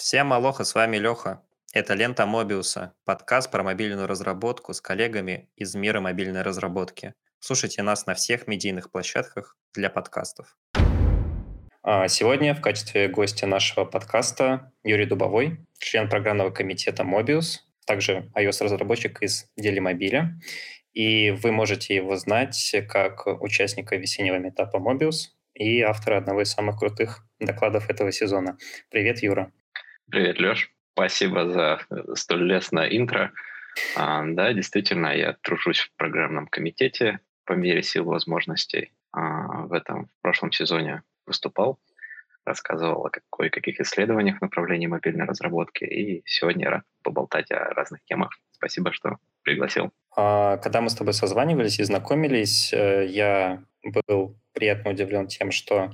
Всем алоха, с вами Леха. Это «Лента Мобиуса», подкаст про мобильную разработку с коллегами из мира мобильной разработки. Слушайте нас на всех медийных площадках для подкастов. Сегодня в качестве гостя нашего подкаста Юрий Дубовой, член программного комитета Mobius, также iOS-разработчик из Делимобиля. И вы можете его знать как участника весеннего митапа Mobius и автора одного из самых крутых докладов этого сезона. Привет, Юра. Привет, Леш. Спасибо за столь лестное интро. Да, действительно, я тружусь в программном комитете по мере сил возможностей. В прошлом сезоне выступал, рассказывал о кое-каких исследованиях в направлении мобильной разработки, и сегодня рад поболтать о разных темах. Спасибо, что пригласил. Когда мы с тобой созванивались и знакомились, я был приятно удивлен тем, что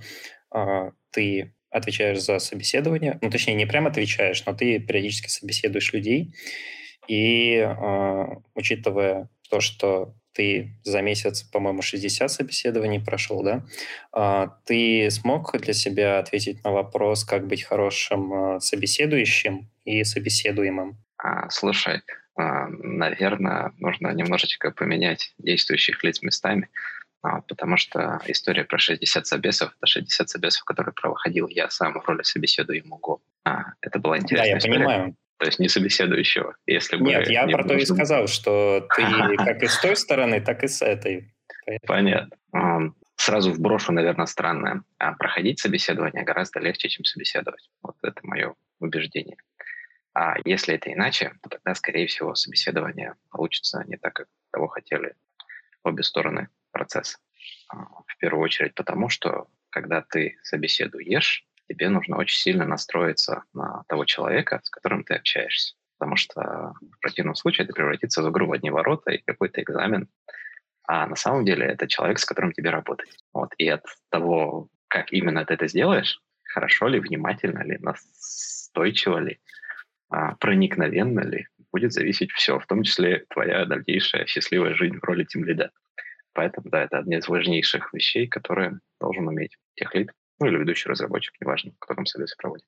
ты отвечаешь за собеседование. Ну, точнее, не прям отвечаешь, но ты периодически собеседуешь людей. И учитывая то, что ты за месяц, по-моему, 60 собеседований прошел, да? Ты смог для себя ответить на вопрос, как быть хорошим собеседующим и собеседуемым? Слушай, наверное, нужно немножечко поменять действующих лиц местами, потому что история про 60 собесов — это 60 собесов, которые проходил я сам в роли собеседуемого. Это была Да, интересная я история. понимаю. То есть не собеседующего. Если Нет, бы я мне про то и нужно... сказал, что ты как и с той стороны, так и с этой. Понятно. Сразу вброшу, наверное, странное. Проходить собеседование гораздо легче, чем собеседовать. Вот это мое убеждение. А если это иначе, то тогда, скорее всего, собеседование получится не так, как того хотели обе стороны процесса. В первую очередь потому, что когда ты собеседуешь, тебе нужно очень сильно настроиться на того человека, с которым ты общаешься. Потому что в противном случае это превратится в игру в одни ворота и какой-то экзамен. А на самом деле это человек, с которым тебе работать. Вот. И от того, как именно ты это сделаешь, хорошо ли, внимательно ли, настойчиво ли, проникновенно ли, будет зависеть все, в том числе твоя дальнейшая счастливая жизнь в роли тимлида. Поэтому, да, это одна из важнейших вещей, которые должен уметь техлид, ну или ведущий разработчик, неважно, кто там собесы проводит.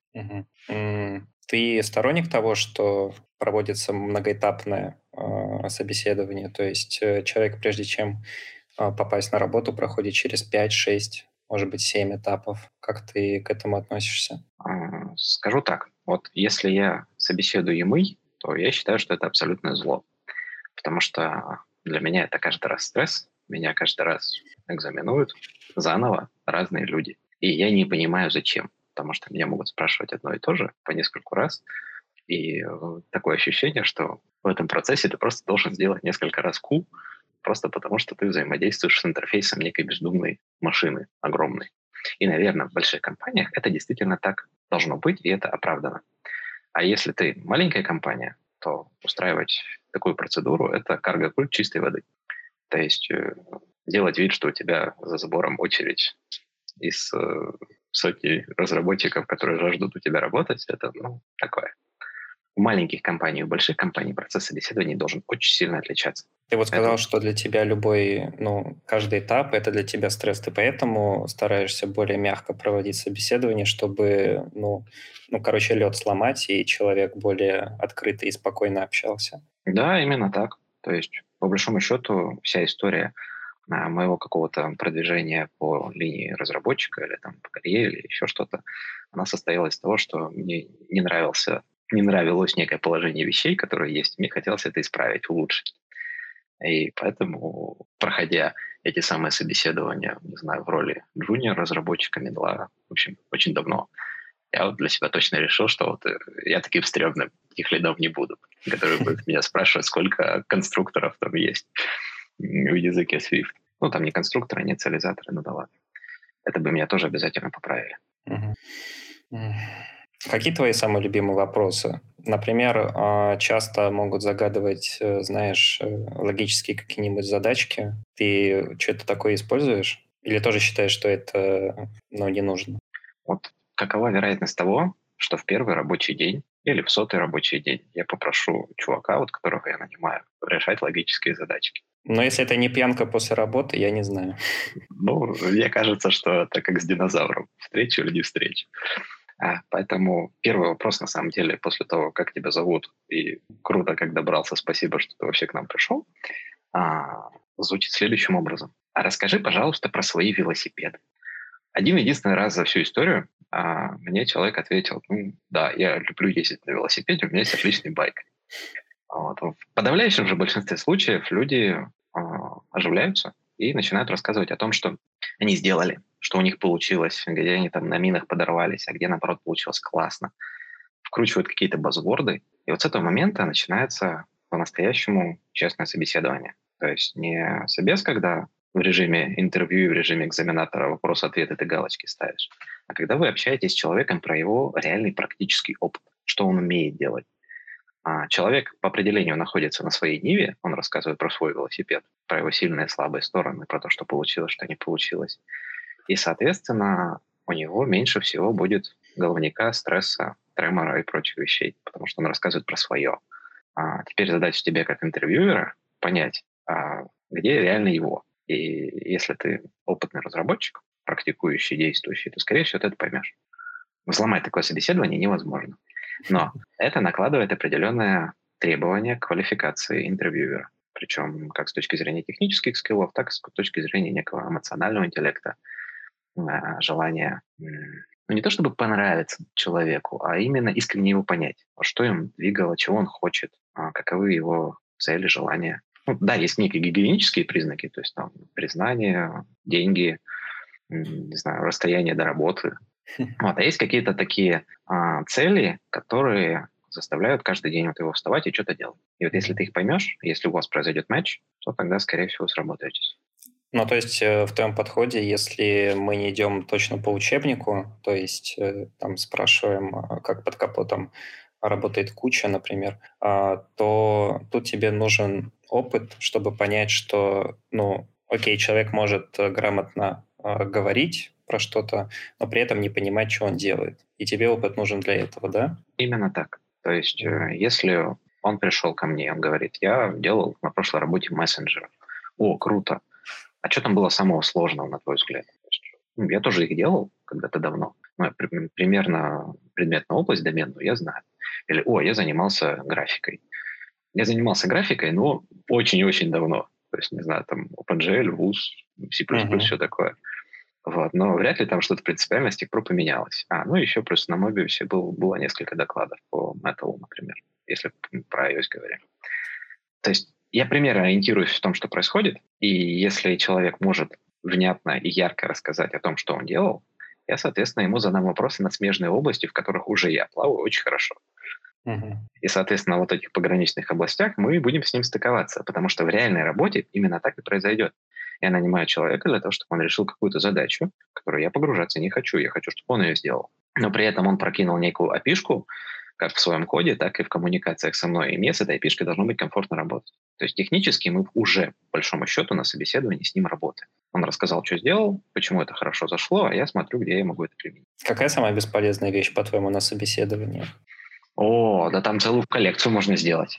Ты сторонник того, что проводится многоэтапное собеседование, то есть человек, прежде чем попасть на работу, проходит через 5-6, может быть, 7 этапов. Как ты к этому относишься? Скажу так, вот если я собеседуемый, то я считаю, что это абсолютное зло, потому что для меня это каждый раз стресс, меня каждый раз экзаменуют заново разные люди. И я не понимаю, зачем. Потому что меня могут спрашивать одно и то же по нескольку раз. И такое ощущение, что в этом процессе ты просто должен сделать несколько раз кул, просто потому что ты взаимодействуешь с интерфейсом некой бездумной машины огромной. И, наверное, в больших компаниях это действительно так должно быть, и это оправдано. А если ты маленькая компания, то устраивать такую процедуру — это карго-культ чистой воды. То есть делать вид, что у тебя за забором очередь из сотни разработчиков, которые жаждут у тебя работать, это такое. У маленьких компаний, у больших компаний процесс собеседований должен очень сильно отличаться. Ты вот сказал, что для тебя каждый этап — это для тебя стресс. Ты поэтому стараешься более мягко проводить собеседование, чтобы, лед сломать, и человек более открыто и спокойно общался. Да, именно так. То есть, по большому счету, вся история моего какого-то продвижения по линии разработчика или там по карьере или еще что-то, она состояла из того, что мне не нравилось некое положение вещей, которые есть. Мне хотелось это исправить, улучшить. И поэтому, проходя эти самые собеседования, не знаю, в роли джуниор-разработчика, медла, в общем, очень давно, я вот для себя точно решил, что вот я таким стрёмным техлидом не буду, который будет меня спрашивать, сколько конструкторов там есть в языке Swift. Ну, там не конструкторы, не инициализаторы, ну да ладно. Это бы меня тоже обязательно поправили. Какие твои самые любимые вопросы? Например, часто могут загадывать, знаешь, логические какие-нибудь задачки. Ты что-то такое используешь? Или тоже считаешь, что это не нужно? Вот какова вероятность того, что в первый рабочий день или в 100-й рабочий день я попрошу чувака, вот которого я нанимаю, решать логические задачки? Но если это не пьянка после работы, я не знаю. Мне кажется, что это как с динозавром. Встречу или не встречу. Поэтому первый вопрос, на самом деле, после того, как тебя зовут, и круто, как добрался, спасибо, что ты вообще к нам пришел, звучит следующим образом. А расскажи, пожалуйста, про свои велосипеды. Один единственный раз за всю историю мне человек ответил: ну, да, я люблю ездить на велосипеде, у меня есть отличный байк. Вот. В подавляющем же большинстве случаев люди оживляются и начинают рассказывать о том, что они сделали, что у них получилось, где они там на минах подорвались, а где, наоборот, получилось классно. Вкручивают какие-то базворды, и вот с этого момента начинается по-настоящему честное собеседование. То есть не собес, когда в режиме интервью и в режиме экзаменатора вопрос-ответы ты галочки ставишь, а когда вы общаетесь с человеком про его реальный практический опыт, что он умеет делать. Человек по определению находится на своей ниве, он рассказывает про свой велосипед, про его сильные и слабые стороны, про то, что получилось, что не получилось. И, соответственно, у него меньше всего будет головника, стресса, тремора и прочих вещей, потому что он рассказывает про свое. Теперь задача тебе как интервьюера понять, где реально его. И если ты опытный разработчик, практикующий, действующий, то, скорее всего, ты это поймешь. Взломать такое собеседование невозможно. Но это накладывает определенное требование к квалификации интервьюера. Причем как с точки зрения технических скиллов, так и с точки зрения некого эмоционального интеллекта, желания не то чтобы понравиться человеку, а именно искренне его понять. Что им двигало, чего он хочет, каковы его цели, желания. Ну, да, есть некие гигиенические признаки, то есть там признание, деньги, не знаю, расстояние до работы. Вот, а есть какие-то такие цели, которые заставляют каждый день вот его вставать и что-то делать. И вот если ты их поймешь, если у вас произойдет матч, то тогда, скорее всего, сработаетесь. Ну, то есть в твоем подходе, если мы не идем точно по учебнику, то есть там спрашиваем, как под капотом работает куча, например, то тут тебе нужен опыт, чтобы понять, что, ну, окей, человек может грамотно говорить про что-то, но при этом не понимать, что он делает. И тебе опыт нужен для этого, да? Именно так. То есть если он пришел ко мне, он говорит: я делал на прошлой работе мессенджеров. О, круто. А что там было самого сложного, на твой взгляд? То есть, я тоже их делал когда-то давно. Ну, примерно предметную область доменную я знаю. Или, я занимался графикой. Я занимался графикой, но очень-очень давно. То есть, не знаю, там OpenGL, VUS, C++, все такое. Вот. Но вряд ли там что-то принципиально с тех пор поменялось. Ну еще плюс на Mobius было несколько докладов по Metal, например, если про iOS говорим. То есть я примерно ориентируюсь в том, что происходит, и если человек может внятно и ярко рассказать о том, что он делал, я, соответственно, ему задам вопросы на смежные области, в которых уже я плаваю очень хорошо. И, соответственно, вот в этих пограничных областях мы будем с ним стыковаться, потому что в реальной работе именно так и произойдет. Я нанимаю человека для того, чтобы он решил какую-то задачу, в которую я погружаться не хочу. Я хочу, чтобы он ее сделал. Но при этом он прокинул некую API-шку, как в своем коде, так и в коммуникациях со мной. И мне с этой API-шкой должно быть комфортно работать. То есть технически мы уже, по большому счету, на собеседовании с ним работаем. Он рассказал, что сделал, почему это хорошо зашло, а я смотрю, где я могу это применить. Какая самая бесполезная вещь, по-твоему, на собеседовании? Да там целую коллекцию можно сделать.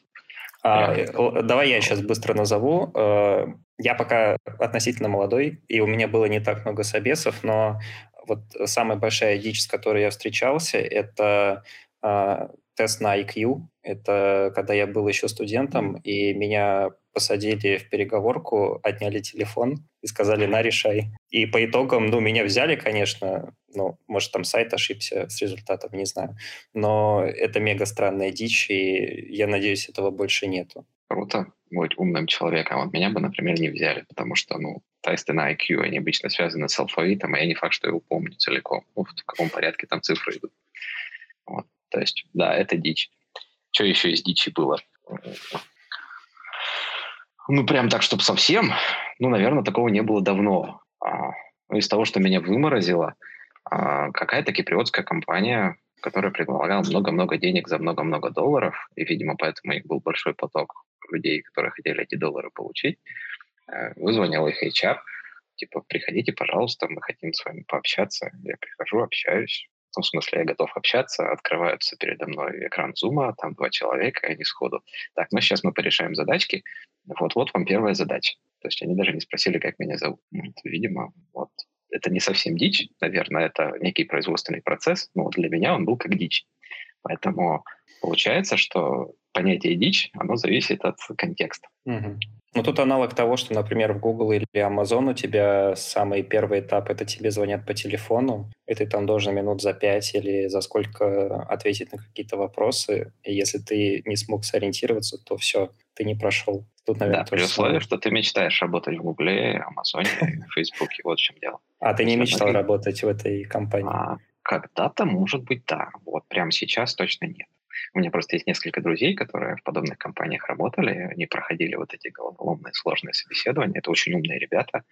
Давай я сейчас быстро назову. Я пока относительно молодой, и у меня было не так много собесов, но вот самая большая дичь, с которой я встречался, это тест на IQ. Это когда я был еще студентом, и меня посадили в переговорку, отняли телефон и сказали: на, решай. И по итогам, меня взяли, конечно, может, там сайт ошибся с результатом, не знаю. Но это мега странная дичь, и я надеюсь, этого больше нету. Круто быть умным человеком. Вот меня бы, например, не взяли, потому что, тесты на IQ, они обычно связаны с алфавитом, и я не факт, что его помню целиком. В каком порядке там цифры идут. Вот. То есть, да, это дичь. Что еще из дичи было? Прям так, чтобы совсем, наверное, такого не было давно. Из того, что меня выморозило, какая-то киприотская компания, которая предлагала много-много денег за много-много долларов, и, видимо, поэтому у них был большой поток людей, которые хотели эти доллары получить, вызвонил их HR, типа: приходите, пожалуйста, мы хотим с вами пообщаться. Я прихожу, общаюсь. В смысле, я готов общаться, открывается передо мной экран зума, там 2 человека, и они сходу: так, сейчас мы порешаем задачки, вот вам первая задача. То есть они даже не спросили, как меня зовут. Видимо, это не совсем дичь, наверное, это некий производственный процесс, но для меня он был как дичь. Поэтому получается, что понятие дичь, оно зависит от контекста. Мгм. Ну, тут аналог того, что, например, в Google или Amazon у тебя самый первый этап — это тебе звонят по телефону, и ты там должен минут за 5 или за сколько ответить на какие-то вопросы. И если ты не смог сориентироваться, то все, ты не прошел. Тут, Да, наверное, то при же условии, самое. что ты мечтаешь работать в Гугле, Амазоне, Фейсбуке, вот в чем дело. А ты То не есть мечтал одной работать в этой компании? когда-то, может быть, да. Вот прямо сейчас точно нет. У меня просто есть несколько друзей, которые в подобных компаниях работали, они проходили вот эти головоломные сложные собеседования. Это очень умные ребята.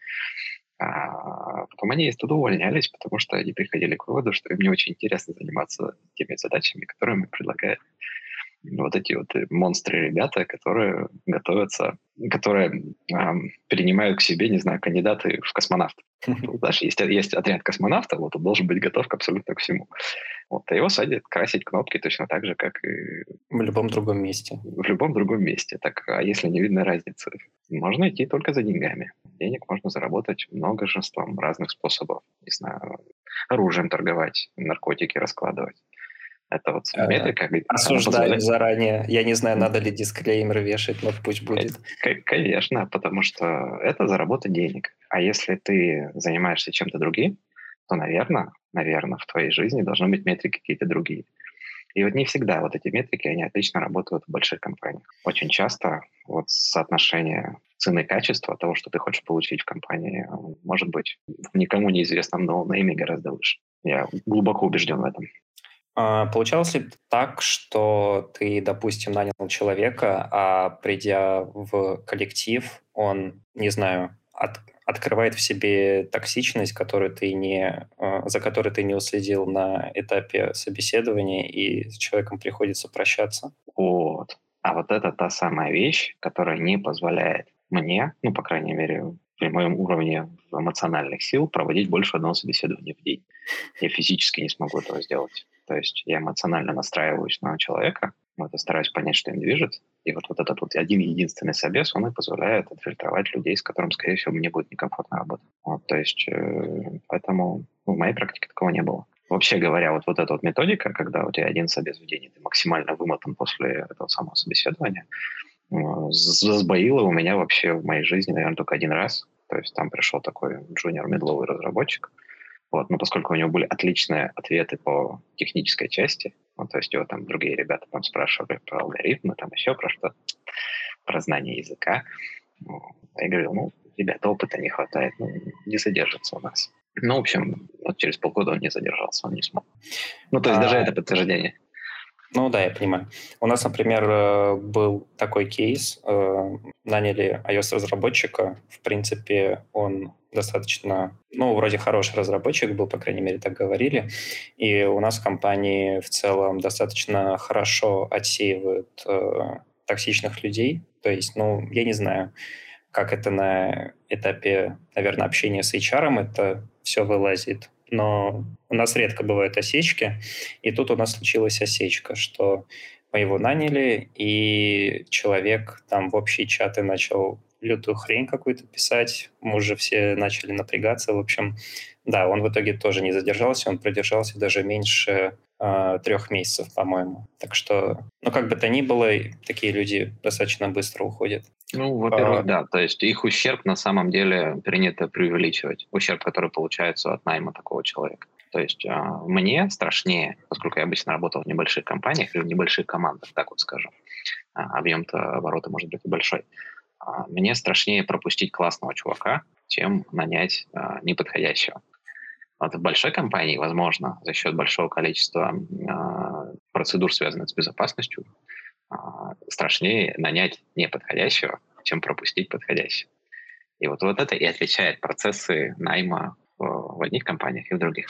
Потом они оттуда увольнялись, потому что они приходили к выводу, что им не очень интересно заниматься теми задачами, которые им предлагают вот эти вот монстры ребята, которые готовятся, которые принимают к себе, не знаю, кандидаты в космонавты. Вот, даже есть отряд космонавтов, вот он должен быть готов к абсолютно к всему. Вот, а его садят красить кнопки точно так же, как и В любом другом месте. в любом другом месте. Так, а если не видно разницы? Можно идти только за деньгами. Денег можно заработать множеством разных способов. Не знаю, оружием торговать, наркотики раскладывать. Это вот метрика, она Осуждаю позволяет... заранее. Я не знаю, надо ли дисклеймер вешать, но пусть будет. Конечно, потому что это заработать денег. А если ты занимаешься чем-то другим, то, наверное, в твоей жизни должны быть метрики какие-то другие. И вот не всегда вот эти метрики, они отлично работают в больших компаниях. Очень часто вот соотношение цены-качества того, что ты хочешь получить в компании, может быть в никому неизвестном ноунейме гораздо выше. Я глубоко убежден в этом. Получалось ли так, что ты, допустим, нанял человека, а придя в коллектив, он, не знаю, открывает в себе токсичность, за которой ты не уследил на этапе собеседования, и с человеком приходится прощаться? Вот. А вот это та самая вещь, которая не позволяет мне, ну, по крайней мере, при моем уровне эмоциональных сил, проводить больше одного собеседования в день. Я физически не смогу этого сделать. То есть я эмоционально настраиваюсь на человека, вот, и стараюсь понять, что им движет. И вот этот вот один единственный собес, он и позволяет отфильтровать людей, с которым, скорее всего, мне будет некомфортно работать. Вот, то есть поэтому в моей практике такого не было. Вообще говоря, вот эта вот методика, когда у тебя один собес в день, и ты максимально вымотан после этого самого собеседования, сбоила у меня вообще в моей жизни, наверное, только один раз. То есть там пришел такой джуниор-медловый разработчик, вот, но поскольку у него были отличные ответы по технической части, ну, то есть его там другие ребята там спрашивали про алгоритмы, там еще про что, про знание языка. Ну, я говорил, ну, ребята, опыта не хватает, ну, не задержится у нас. Ну, в общем, вот через полгода он не задержался, он не смог. Ну, то есть даже это подтверждение. Ну да, я понимаю. У нас, например, был такой кейс. Наняли iOS-разработчика. В принципе, он достаточно, ну, вроде хороший разработчик был, по крайней мере, так говорили. И у нас в компании в целом достаточно хорошо отсеивают токсичных людей. То есть, ну, я не знаю, как это на этапе, наверное, общения с HR это все вылазит. Но у нас редко бывают осечки, и тут у нас случилась осечка, что мы его наняли, и человек там в общие чаты начал лютую хрень какую-то писать, мы уже все начали напрягаться, в общем, да, он в итоге тоже не задержался, он продержался даже меньше 3 месяцев, по-моему. Так что, ну, как бы то ни было, такие люди достаточно быстро уходят. Ну, во-первых, да, то есть их ущерб на самом деле принято преувеличивать. Ущерб, который получается от найма такого человека. То есть мне страшнее, поскольку я обычно работал в небольших компаниях или в небольших командах, так вот скажем, объем-то оборота может быть и большой, мне страшнее пропустить классного чувака, чем нанять неподходящего. Вот в большой компании, возможно, за счет большого количества процедур, связанных с безопасностью, страшнее нанять неподходящего, чем пропустить подходящего. И вот это и отличает процессы найма в одних компаниях и в других.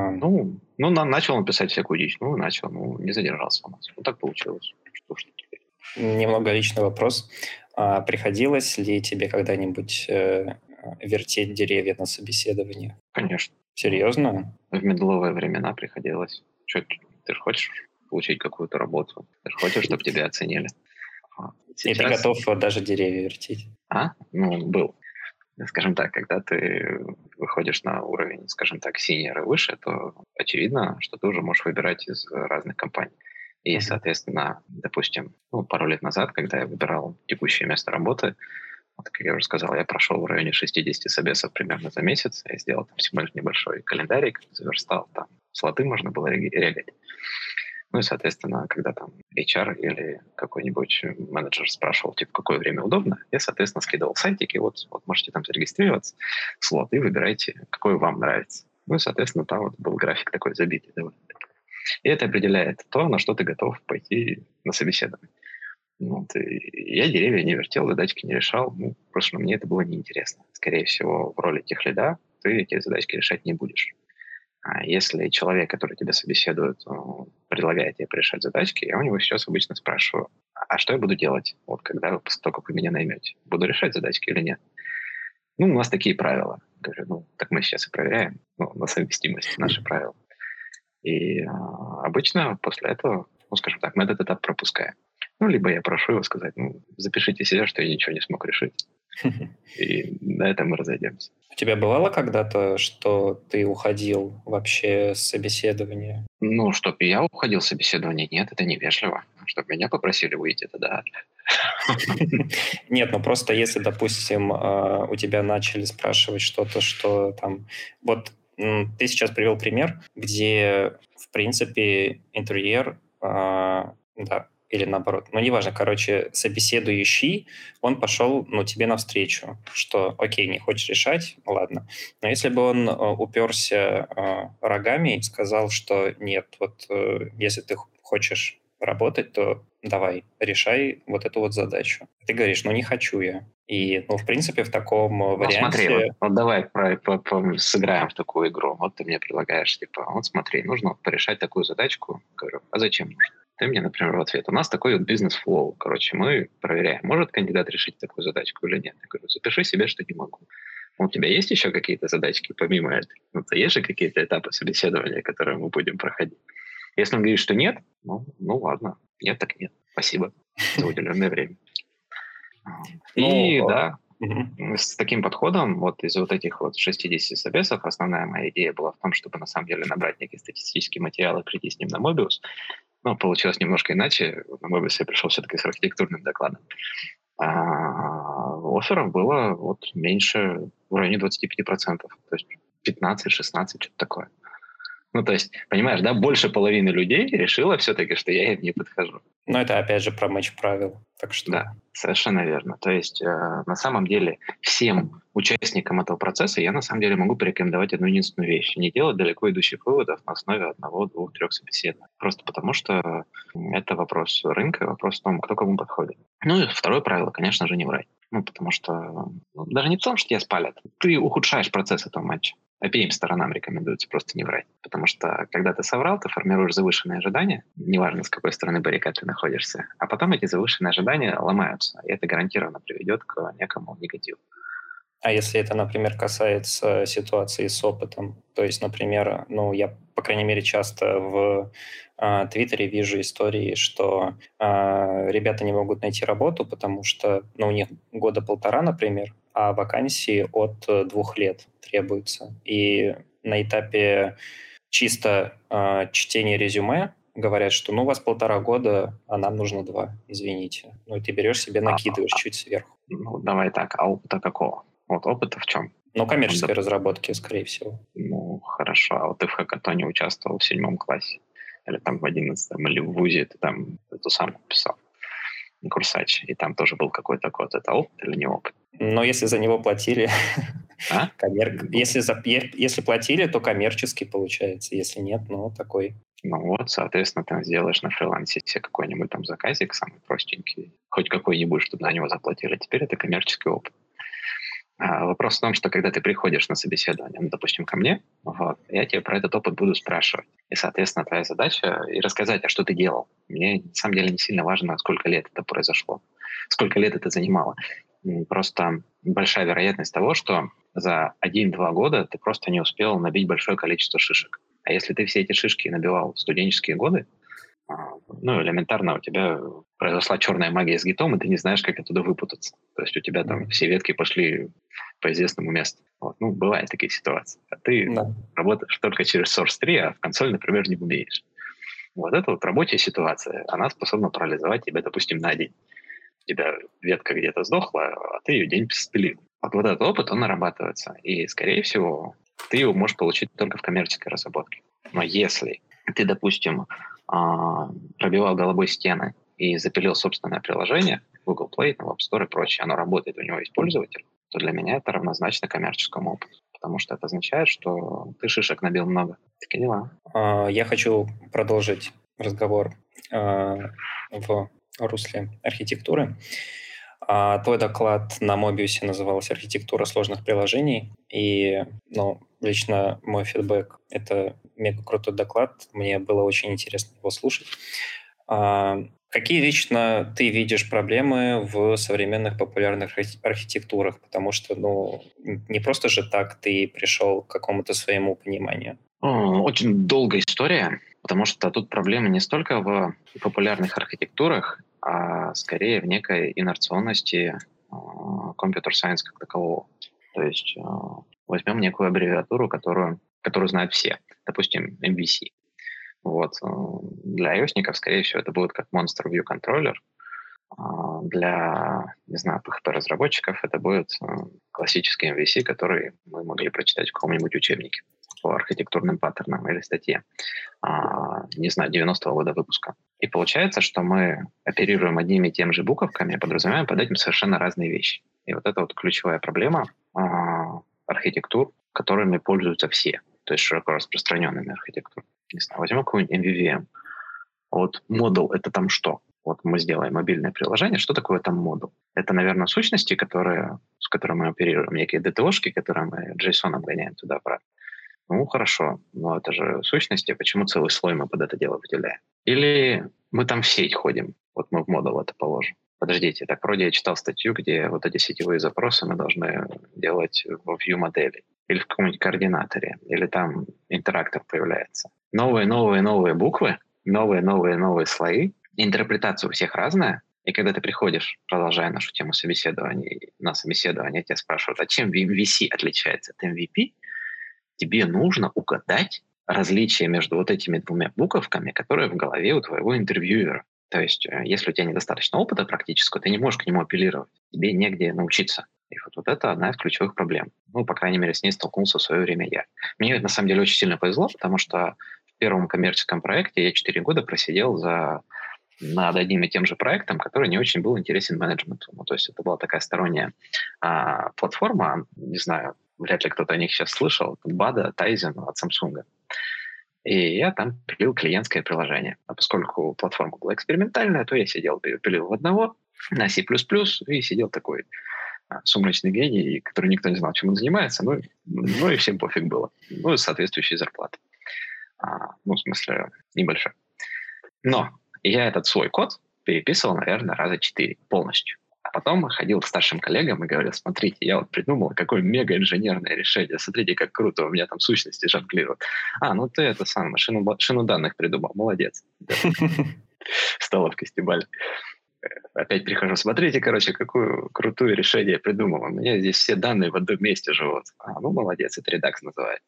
Начал он писать всякую дичь, не задержался у нас. Вот так получилось. Что ж теперь? Немного личный вопрос. Приходилось ли тебе когда-нибудь вертеть деревья на собеседовании? Конечно. Серьезно? В медловые времена приходилось. Что, ты же хочешь получить какую-то работу? Ты же хочешь, чтобы тебя оценили? И ты готов даже деревья вертеть? Был. Скажем так, когда ты выходишь на уровень, скажем так, синьора и выше, то очевидно, что ты уже можешь выбирать из разных компаний. И, Мгм. соответственно, допустим, пару лет назад, когда я выбирал текущее место работы, вот, как я уже сказал, я прошел в районе 60 собесов примерно за месяц. Я сделал там всего лишь небольшой календарик, заверстал, там слоты можно было регать. Ну и, соответственно, когда там HR или какой-нибудь менеджер спрашивал, типа, какое время удобно, я, соответственно, скидывал сайтики, вот можете там зарегистрироваться, слот, и выбирайте, какой вам нравится. Ну и, соответственно, там вот был график такой забитый довольно. И это определяет то, на что ты готов пойти на собеседование. Вот, и я деревья не вертел, задачки не решал, потому что мне это было неинтересно. Скорее всего, в роли техлида ты эти задачки решать не будешь. А если человек, который тебя собеседует, предлагает тебе порешать задачки, я у него сейчас обычно спрашиваю, а что я буду делать, вот когда вы, после того, как вы меня наймете? Буду решать задачки или нет? Ну, у нас такие правила. Говорю, так мы сейчас и проверяем, на совместимость наши правила. И обычно после этого, скажем так, мы этот этап пропускаем. Либо я прошу его сказать, запишите себя, что я ничего не смог решить. И на этом мы разойдемся. У тебя бывало когда-то, что ты уходил вообще с собеседования? Чтоб я уходил с собеседования, нет, это невежливо. Чтоб меня попросили выйти, это да. Нет, просто если, допустим, у тебя начали спрашивать что-то, что там... Вот ты сейчас привел пример, где, в принципе, интерьер, да, или наоборот, неважно, короче, собеседующий, он пошел, тебе навстречу, что, окей, не хочешь решать, ладно. Но если бы он уперся рогами и сказал, что нет, если ты хочешь работать, то давай, решай вот эту вот задачу. Ты говоришь, не хочу я. И, в принципе, в таком Смотри, варианте... вот давай сыграем в такую игру. Вот ты мне предлагаешь, типа, вот смотри, нужно порешать такую задачку. Говорю, а зачем нужно? Ты мне, например, в ответ. У нас такой вот бизнес-флоу. Короче, мы проверяем, может кандидат решить такую задачку или нет. Я говорю, запиши себе, что не могу. У тебя есть еще какие-то задачки помимо этого? Есть же какие-то этапы собеседования, которые мы будем проходить? Если он говорит, что нет, ладно. Нет, так нет. Спасибо за уделенное время. И да, с таким подходом, вот из вот этих вот 60 собесов, основная моя идея была в том, чтобы на самом деле набрать некий статистический материал и прийти с ним на Mobius. Но получилось немножко иначе. На Mobius я пришел все-таки с архитектурным докладом. Офферов было вот меньше, в районе 25%. То есть 15-16, что-то такое. То есть, понимаешь, да, больше половины людей решило все-таки, что я им не подхожу. Но это, опять же, про матч правил. Так что... Да, совершенно верно. То есть, на самом деле, всем участникам этого процесса я, на самом деле, могу порекомендовать одну единственную вещь. Не делать далеко идущих выводов на основе одного, двух, трех собеседований. Просто потому, что это вопрос рынка, вопрос в том, кто кому подходит. И второе правило, конечно же, не врать. Потому что даже не в том, что тебя спалят. Ты ухудшаешь процесс этого матча. Обеим сторонам рекомендуется просто не врать. Потому что, когда ты соврал, ты формируешь завышенные ожидания, неважно, с какой стороны баррикад ты находишься, а потом эти завышенные ожидания ломаются, и это гарантированно приведет к некому негативу. А если это, например, касается ситуации с опытом? То есть, например, я, по крайней мере, часто в Твиттере вижу истории, что ребята не могут найти работу, потому что у них года полтора, например, а вакансии от 2 лет требуются. И на этапе чисто чтения резюме говорят, что у вас 1,5 года, а нам нужно 2, извините. И ты берешь себе, накидываешь чуть сверху. Давай так, а опыта какого? Вот опыта в чем? Коммерческой разработки, скорее всего. Хорошо. А вот ты в хакатоне участвовал в 7 классе? Или там в 11, или в ВУЗе ты там эту самую писал? Курсач. И там тоже был какой-то код. Это опыт или не опыт? Если за него платили... А? Если платили, то коммерческий получается. Если нет, такой. Соответственно, ты сделаешь на фрилансе себе какой-нибудь там заказик, самый простенький, хоть какой-нибудь, чтобы на него заплатили. Теперь это коммерческий опыт. Вопрос в том, что когда ты приходишь на собеседование, допустим, ко мне, я тебе про этот опыт буду спрашивать. И, соответственно, твоя задача и рассказать, а что ты делал. Мне, на самом деле, не сильно важно, сколько лет это произошло, сколько лет это занимало. Просто большая вероятность того, что за 1-2 года ты просто не успел набить большое количество шишек. А если ты все эти шишки набивал в студенческие годы, элементарно у тебя произошла черная магия с гитом, и ты не знаешь, как оттуда выпутаться. То есть у тебя там все ветки пошли по известному месту. Вот. Ну, бывают такие ситуации. А ты Да. работаешь только через Source 3, а в консоль, например, не умеешь. Вот эта вот рабочая ситуация, она способна парализовать тебя, допустим, на день. У тебя ветка где-то сдохла, а ты ее день спилил. Вот этот опыт, он нарабатывается. И, скорее всего, ты его можешь получить только в коммерческой разработке. Но если ты, допустим, пробивал головой стены и запилил собственное приложение, Google Play, App Store и прочее, оно работает, у него есть пользователь, то для меня это равнозначно коммерческому опыту. Потому что это означает, что ты шишек набил много. Такие дела. Я хочу продолжить разговор в русле архитектуры. Твой доклад на Mobius назывался «Архитектура сложных приложений». И лично мой фидбэк – это мега крутой доклад. Мне было очень интересно его слушать. Какие лично ты видишь проблемы в современных популярных архитектурах? Потому что, не просто же так ты пришел к какому-то своему пониманию. Очень долгая история, потому что тут проблема не столько в популярных архитектурах, а скорее в некой инерционности компьютер сайенс как такового. То есть возьмем некую аббревиатуру, которую знают все, допустим, MVC. Вот. Для iOS-ников, скорее всего, это будет как Monster View Controller. Для, не знаю, PHP-разработчиков это будет классический MVC, который мы могли прочитать в каком-нибудь учебнике по архитектурным паттернам или статье, не знаю, 90-го года выпуска. И получается, что мы оперируем одними и теми же буковками, подразумеваем под этим совершенно разные вещи. И вот это вот ключевая проблема архитектур, которыми пользуются все, то есть широко распространенными архитектурами. Не знаю, возьмем какой-нибудь MVVM. Вот модул — это там что? Вот мы сделаем мобильное приложение. Что такое там модул? Это, наверное, сущности, с которыми мы оперируем, некие DTO-шки, которые мы JSON гоняем туда-обратно. Ну, хорошо, но это же сущности, почему целый слой мы под это дело выделяем? Или мы там в сеть ходим, вот мы в модул это положим. Подождите, так вроде я читал статью, где вот эти сетевые запросы мы должны делать в view-модели или в каком-нибудь координаторе, или там интерактор появляется. Новые буквы, новые слои, интерпретация у всех разная, и когда ты приходишь, продолжая нашу тему собеседования, на собеседование тебя спрашивают, а чем MVC отличается от MVP, тебе нужно угадать различия между вот этими двумя буковками, которые в голове у твоего интервьюера. То есть, если у тебя недостаточно опыта практического, ты не можешь к нему апеллировать, тебе негде научиться. И вот это одна из ключевых проблем. Ну, по крайней мере, с ней столкнулся в свое время я. Мне, на самом деле, очень сильно повезло, потому что в первом коммерческом проекте я 4 года просидел над одним и тем же проектом, который не очень был интересен менеджменту. Ну, то есть это была такая сторонняя платформа, не знаю, вряд ли кто-то о них сейчас слышал, Бада, Тайзен от Samsung. И я там пилил клиентское приложение. А поскольку платформа была экспериментальная, то я сидел, пилил в одного на C++ и сидел такой сумрачный гений, который никто не знал, чем он занимается, ну и всем пофиг было. Ну и соответствующие зарплаты. В смысле, небольшой. Но я этот свой код переписывал, наверное, раза 4 полностью. А потом ходил к старшим коллегам и говорил, смотрите, я вот придумал, какое мега-инженерное решение, смотрите, как круто, у меня там сущности жонглируют. Ты это сам, шину данных придумал, молодец. Столовка стебали. Опять прихожу, смотрите, какое крутое решение я придумал. У меня здесь все данные в одном месте живут. Молодец, это Redux называется.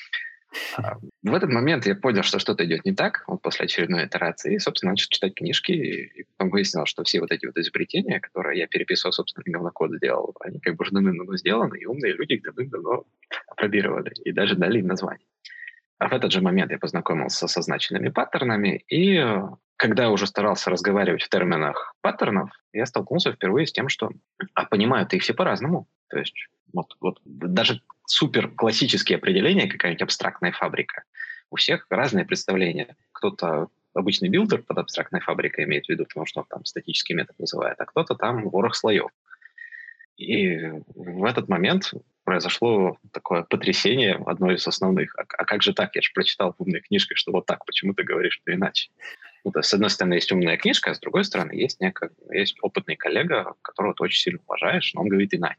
В этот момент я понял, что что-то идет не так, вот после очередной итерации, и, собственно, начал читать книжки, и потом выяснил, что все вот эти вот изобретения, которые я переписывал, собственно, говнокод сделал, они как бы уже давным-давно сделаны, и умные люди их давным-давно опробировали, и даже дали им название. А в этот же момент я познакомился со значенными паттернами, и когда я уже старался разговаривать в терминах паттернов, я столкнулся впервые с тем, что понимают их все по-разному. То есть вот даже супер классические определения, какая-нибудь абстрактная фабрика, у всех разные представления. Кто-то обычный билдер под абстрактной фабрикой имеет в виду, потому что он там статический метод вызывает, а кто-то там ворох слоев. И в этот момент произошло такое потрясение, одно из основных. А как же так? Я же прочитал в умной книжке, что вот так, почему ты говоришь, что иначе? То есть, с одной стороны, есть умная книжка, а с другой стороны, есть опытный коллега, которого ты очень сильно уважаешь, но он говорит иначе.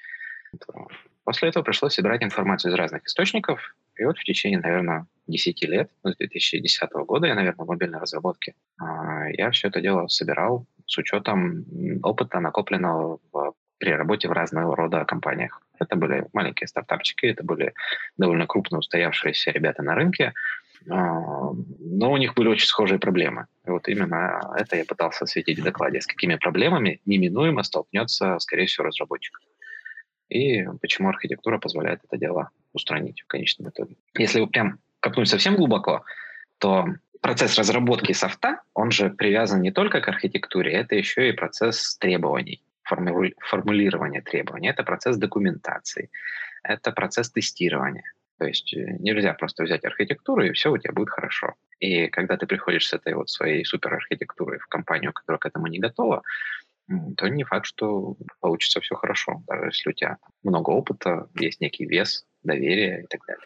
После этого пришлось собирать информацию из разных источников, и вот в течение, наверное, 10 лет, с 2010 года я, наверное, в мобильной разработке, я все это дело собирал с учетом опыта, накопленного в при работе в разного рода компаниях. Это были маленькие стартапчики, это были довольно крупно устоявшиеся ребята на рынке, но у них были очень схожие проблемы. И вот именно это я пытался осветить в докладе. С какими проблемами неминуемо столкнется, скорее всего, разработчик. И почему архитектура позволяет это дело устранить в конечном итоге. Если вы прям копнуть совсем глубоко, то процесс разработки софта, он же привязан не только к архитектуре, это еще и процесс требований, формулирования требований, это процесс документации, это процесс тестирования. То есть нельзя просто взять архитектуру, и все у тебя будет хорошо. И когда ты приходишь с этой вот своей суперархитектурой в компанию, которая к этому не готова, то не факт, что получится все хорошо, даже если у тебя много опыта, есть некий вес, доверие и так далее.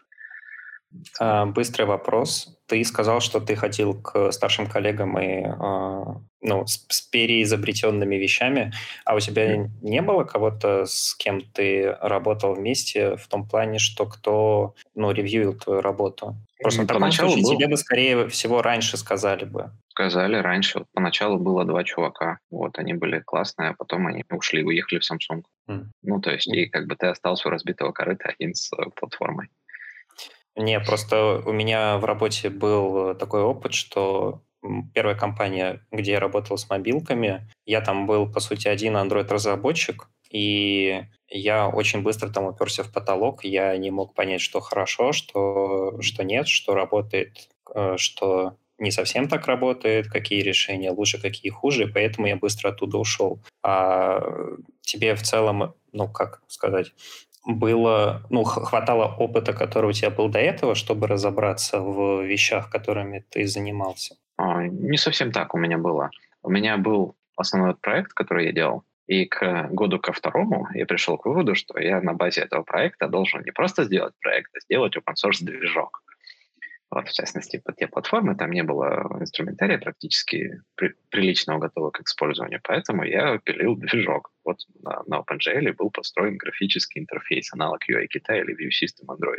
Быстрый вопрос. Ты сказал, что ты ходил к старшим коллегам и с переизобретенными вещами, а у тебя не было кого-то, с кем ты работал вместе в том плане, что кто ревьюил твою работу? Просто в таком случае тебе бы, скорее всего, раньше сказали бы. Сказали раньше. Вот поначалу было 2 чувака. Вот, они были классные, а потом они ушли, уехали в Samsung. То есть, и как бы ты остался у разбитого корыта один с платформой. Не, просто у меня в работе был такой опыт, что первая компания, где я работал с мобилками, я там был, по сути, один Android-разработчик, и я очень быстро там уперся в потолок, я не мог понять, что хорошо, что нет, что работает, что не совсем так работает, какие решения лучше, какие хуже, поэтому я быстро оттуда ушел. А тебе в целом, как сказать, хватало опыта, который у тебя был до этого, чтобы разобраться в вещах, которыми ты занимался? Не совсем так у меня было. У меня был основной проект, который я делал, и к году ко второму я пришел к выводу, что я на базе этого проекта должен не просто сделать проект, а сделать open-source движок. Вот, в частности, под те платформы там не было инструментария практически приличного готового к использованию, поэтому я пилил движок. Вот на OpenGL был построен графический интерфейс, аналог UI-кита или View System Android.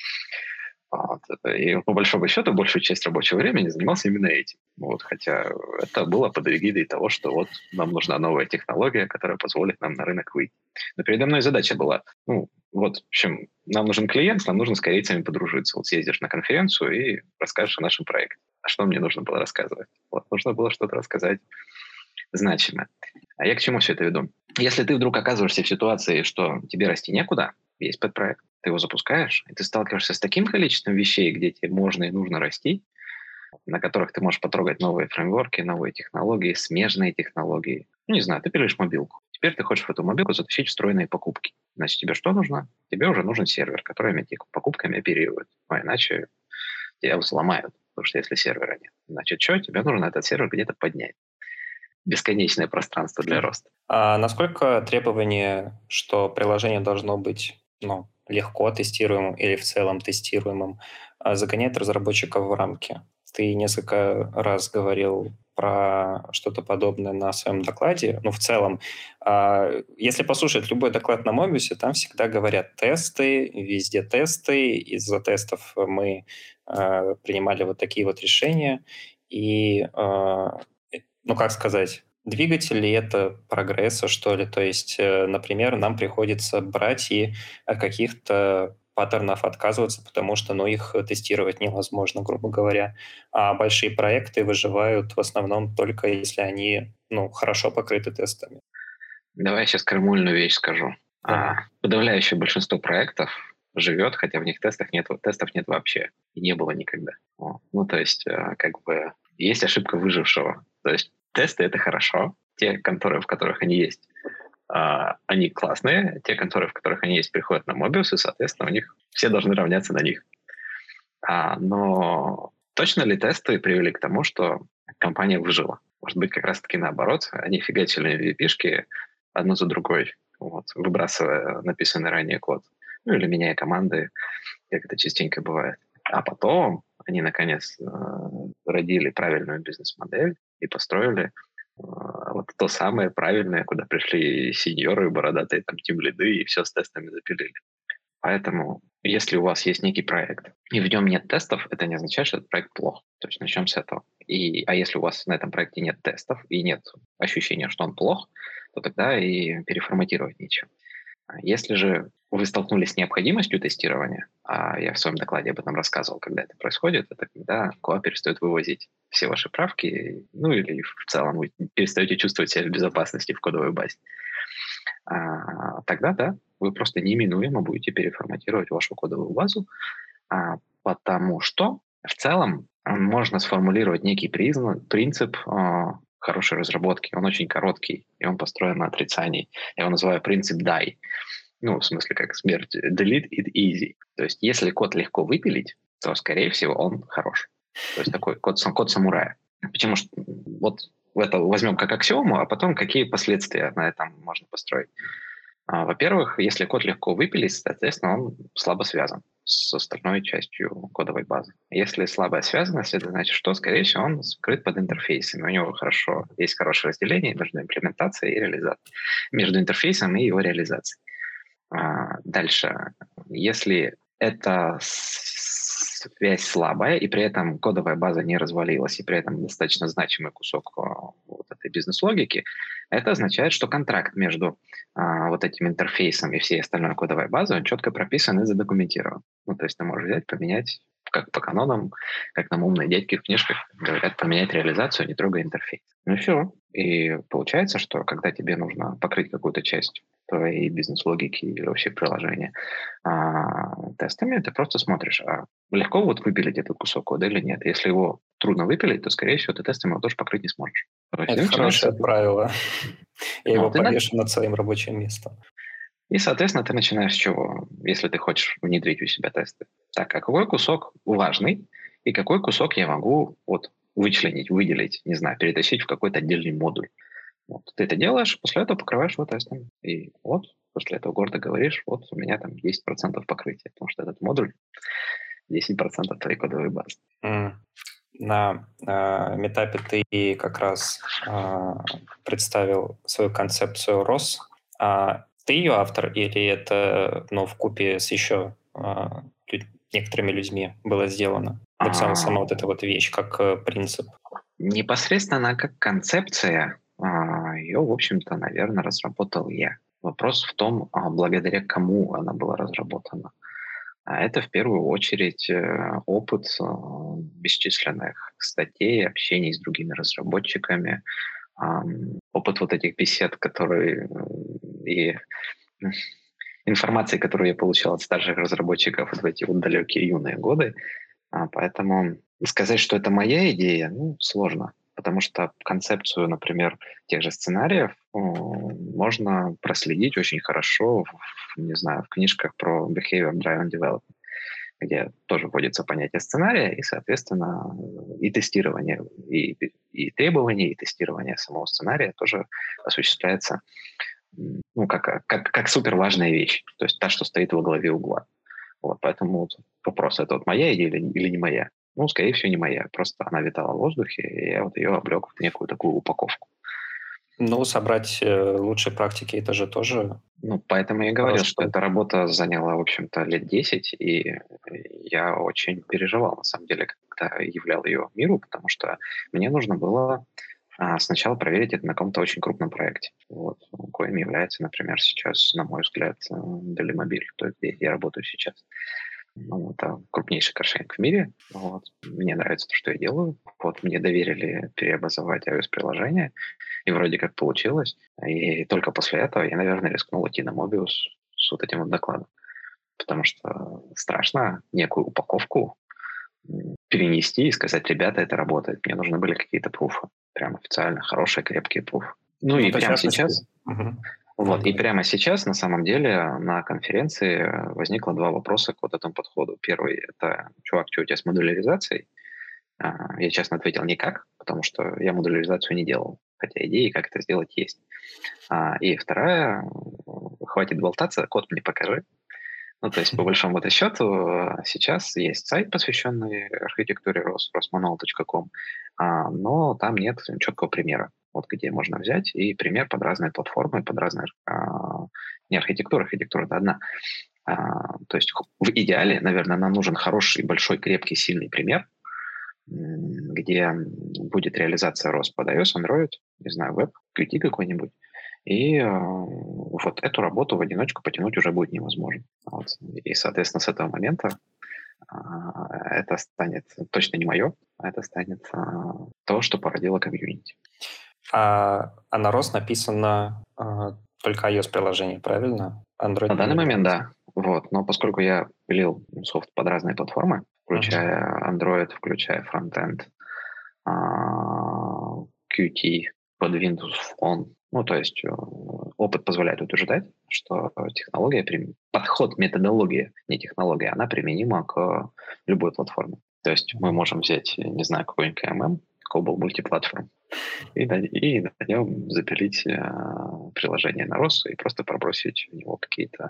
Вот. И по большому счету большую часть рабочего времени занимался именно этим. Вот, хотя это было под эгидой того, что вот нам нужна новая технология, которая позволит нам на рынок выйти. Но передо мной задача была, в общем, нам нужен клиент, нам нужно с корейцами подружиться. Вот съездишь на конференцию и расскажешь о нашем проекте. А что мне нужно было рассказывать? Вот, нужно было что-то рассказать значимое. А я к чему все это веду? Если ты вдруг оказываешься в ситуации, что тебе расти некуда, есть подпроект, ты его запускаешь, и ты сталкиваешься с таким количеством вещей, где тебе можно и нужно расти, на которых ты можешь потрогать новые фреймворки, новые технологии, смежные технологии. Не знаю, ты пилишь мобилку. Теперь ты хочешь в эту мобилку затащить встроенные покупки. Значит, тебе что нужно? Тебе уже нужен сервер, который этими покупками оперирует. А иначе тебя взломают, потому что если сервера нет. Значит, что? Тебе нужно этот сервер где-то поднять. Бесконечное пространство для роста. А насколько требование, что приложение должно быть легко тестируемым или в целом тестируемым, загоняет разработчиков в рамки? Ты несколько раз говорил про что-то подобное на своем докладе. В целом, если послушать любой доклад на Mobius, там всегда говорят тесты, везде тесты. Из-за тестов мы принимали вот такие вот решения. И, как сказать, двигатель ли это прогресса, что ли? То есть, например, нам приходится брать и от каких-то паттернов отказываться, потому что их тестировать невозможно, грубо говоря. А большие проекты выживают в основном только если они хорошо покрыты тестами. Давай я сейчас крамольную вещь скажу. Подавляющее большинство проектов живет, хотя в них тестов нет вообще. И не было никогда. То есть, есть ошибка выжившего. То есть, тесты — это хорошо. Те конторы, в которых они есть, они классные. Те конторы, в которых они есть, приходят на Mobius, и, соответственно, у них все должны равняться на них. Но точно ли тесты привели к тому, что компания выжила? Может быть, как раз-таки наоборот. Они фигачили MVP-шки одну за другой, выбрасывая написанный ранее код. Или меняя команды, как это частенько бывает. А потом они, наконец, родили правильную бизнес-модель и построили то самое правильное, куда пришли сеньоры, бородатые тимлиды, и все с тестами запилили. Поэтому, если у вас есть некий проект, и в нем нет тестов, это не означает, что этот проект плох. То есть начнем с этого. А если у вас на этом проекте нет тестов и нет ощущение, что он плох, то тогда и переформатировать нечего. Если же вы столкнулись с необходимостью тестирования, а я в своем докладе об этом рассказывал, когда это происходит, это когда QA перестает вывозить все ваши правки, ну или в целом вы перестаете чувствовать себя в безопасности в кодовой базе. Тогда, да, вы просто неминуемо будете переформатировать вашу кодовую базу, потому что в целом можно сформулировать некий принцип хорошей разработки. Он очень короткий, и он построен на отрицании. Я его называю принцип DIE. Ну, в смысле, как смерть. Delete it easy. То есть, если код легко выпилить, то, скорее всего, он хорош. То есть, такой код самурая. Почему что вот это возьмем как аксиому, а потом какие последствия на этом можно построить. Во-первых, если код легко выпилить, соответственно, он слабо связан с остальной частью кодовой базы. Если слабая связанность, это значит, что, скорее всего, он скрыт под интерфейсами. У него есть хорошее разделение между имплементацией и реализацией, между интерфейсом и его реализацией. Дальше, если эта связь слабая, и при этом кодовая база не развалилась, и при этом достаточно значимый кусок вот этой бизнес-логики, это означает, что контракт между вот этим интерфейсом и всей остальной кодовой базой, он четко прописан и задокументирован. Ну, то есть ты можешь взять, поменять, как по канонам, как нам умные дядьки в книжках говорят, поменять реализацию, не трогая интерфейс. Ну и все. И получается, что когда тебе нужно покрыть какую-то часть твоей бизнес-логики или вообще приложения тестами, ты просто смотришь, легко вот выпилить этот кусок кода или нет. Если его трудно выпилить, то, скорее всего, ты тестами его тоже покрыть не сможешь. Это хорошее правило. Я его повешу над своим рабочим местом. И, соответственно, ты начинаешь с чего, если ты хочешь внедрить у себя тесты. Так, а какой кусок важный и какой кусок я могу вот вычленить, выделить, не знаю, перетащить в какой-то отдельный модуль. Вот. Ты это делаешь, после этого покрываешь его тестами. И вот после этого гордо говоришь, вот у меня там 10% покрытия, потому что этот модуль 10% твоей кодовой базы. На метапе ты как раз представил свою концепцию ROS. Ты ее автор или это вкупе с еще некоторыми людьми было сделано? Вот сама вот эта вот вещь, как принцип. Непосредственно как концепция, ее, в общем-то, наверное, разработал я. Вопрос в том, благодаря кому она была разработана. А это в первую очередь опыт бесчисленных статей, общений с другими разработчиками, опыт вот этих бесед, которые и информации, которую я получал от старших разработчиков в эти вот далекие юные годы. Поэтому сказать, что это моя идея, сложно. Потому что концепцию, например, тех же сценариев можно проследить очень хорошо в книжках про Behavior Driven Development, где тоже вводится понятие сценария и, соответственно, и тестирование, и требования, и тестирование самого сценария тоже осуществляется как супер важная вещь, то есть та, что стоит во главе угла. Вот, поэтому вот вопрос, это вот моя идея или не моя? Скорее всего, не моя. Просто она витала в воздухе, и я вот ее облег в некую такую упаковку. Собрать лучшие практики, это же тоже... Поэтому я говорил, что эта работа заняла, в общем-то, лет 10, и я очень переживал, на самом деле, когда являл ее миру, потому что мне нужно было сначала проверить это на каком-то очень крупном проекте, коим является, например, сейчас, на мой взгляд, Delimobile, то есть где я работаю сейчас. Это крупнейший каршеринг в мире. Мне нравится то, что я делаю. Мне доверили переобразовать iOS-приложение, и вроде как получилось. И только после этого я, наверное, рискнул идти на Mobius с вот этим вот докладом. Потому что страшно некую упаковку перенести и сказать, ребята, это работает. Мне нужны были какие-то пруфы. Прям официально хорошие, крепкие пруфы. И прямо сейчас... И прямо сейчас, на самом деле, на конференции возникло два вопроса к вот этому подходу. Первый – это, чувак, что у тебя с модуляризацией? Я честно ответил никак, потому что я модуляризацию не делал, хотя идеи, как это сделать, есть. И вторая – хватит болтаться, код мне покажи. То есть, по большому счету, сейчас есть сайт, посвященный архитектуре ROS, rosmanual.com, но там нет четкого примера, где можно взять и пример под разные платформы, под разные... Не архитектура, архитектура – это одна. То есть в идеале, наверное, нам нужен хороший, большой, крепкий, сильный пример, где будет реализация ROS под iOS, Android, не знаю, веб, Qt какой-нибудь. И вот эту работу в одиночку потянуть уже будет невозможно. Вот. И, соответственно, с этого момента это станет точно не мое, а это станет то, что породило комьюнити. А на ROS написано только iOS-приложение, правильно? Android На данный не момент, является. да. Вот. Но поскольку я пилил софт под разные платформы, включая Android, включая фронтенд, Qt под Windows Phone, ну, то есть опыт позволяет утверждать, что технология, подход, методология, не технология, она применима к любой платформе. То есть мы можем взять, не знаю, какой-нибудь KMM, COBOL мультиплатформ, и на нем запилить приложение на ROS и просто пробросить в него какие-то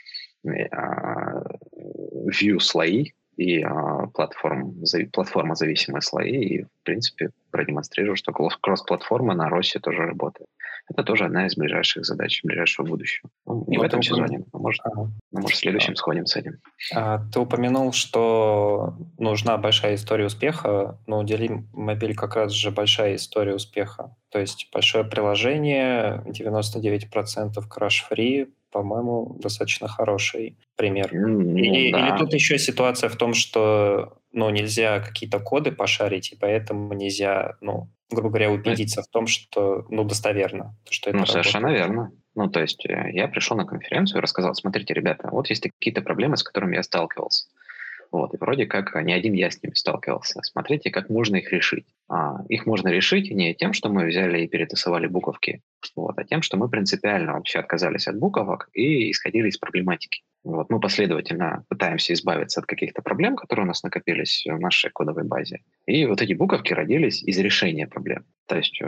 view-слои и платформозависимые слои, и, в принципе, продемонстрирую, что кросс-платформа на ROS тоже работает. Это тоже одна из ближайших задач ближайшего будущего. Ну, не в этом сезоне, но может в следующем сходим с этим. Ты упомянул, что нужна большая история успеха, но у Delimobile как раз же большая история успеха. То есть большое приложение, 99% краш-фри, по-моему, достаточно хороший пример. Или тут еще ситуация в том, что нельзя какие-то коды пошарить, и поэтому нельзя, грубо говоря, убедиться в том, что достоверно, что это совершенно работает. верно. То есть я пришел на конференцию и рассказал: смотрите, ребята, вот есть какие-то проблемы, с которыми я сталкивался. Вот, и вроде как не один я с ними сталкивался. Смотрите, как можно их решить. Их можно решить не тем, что мы взяли и перетасовали буковки, а тем, что мы принципиально вообще отказались от буковок и исходили из проблематики. Вот, мы последовательно пытаемся избавиться от каких-то проблем, которые у нас накопились в нашей кодовой базе. И вот эти буковки родились из решения проблем. То есть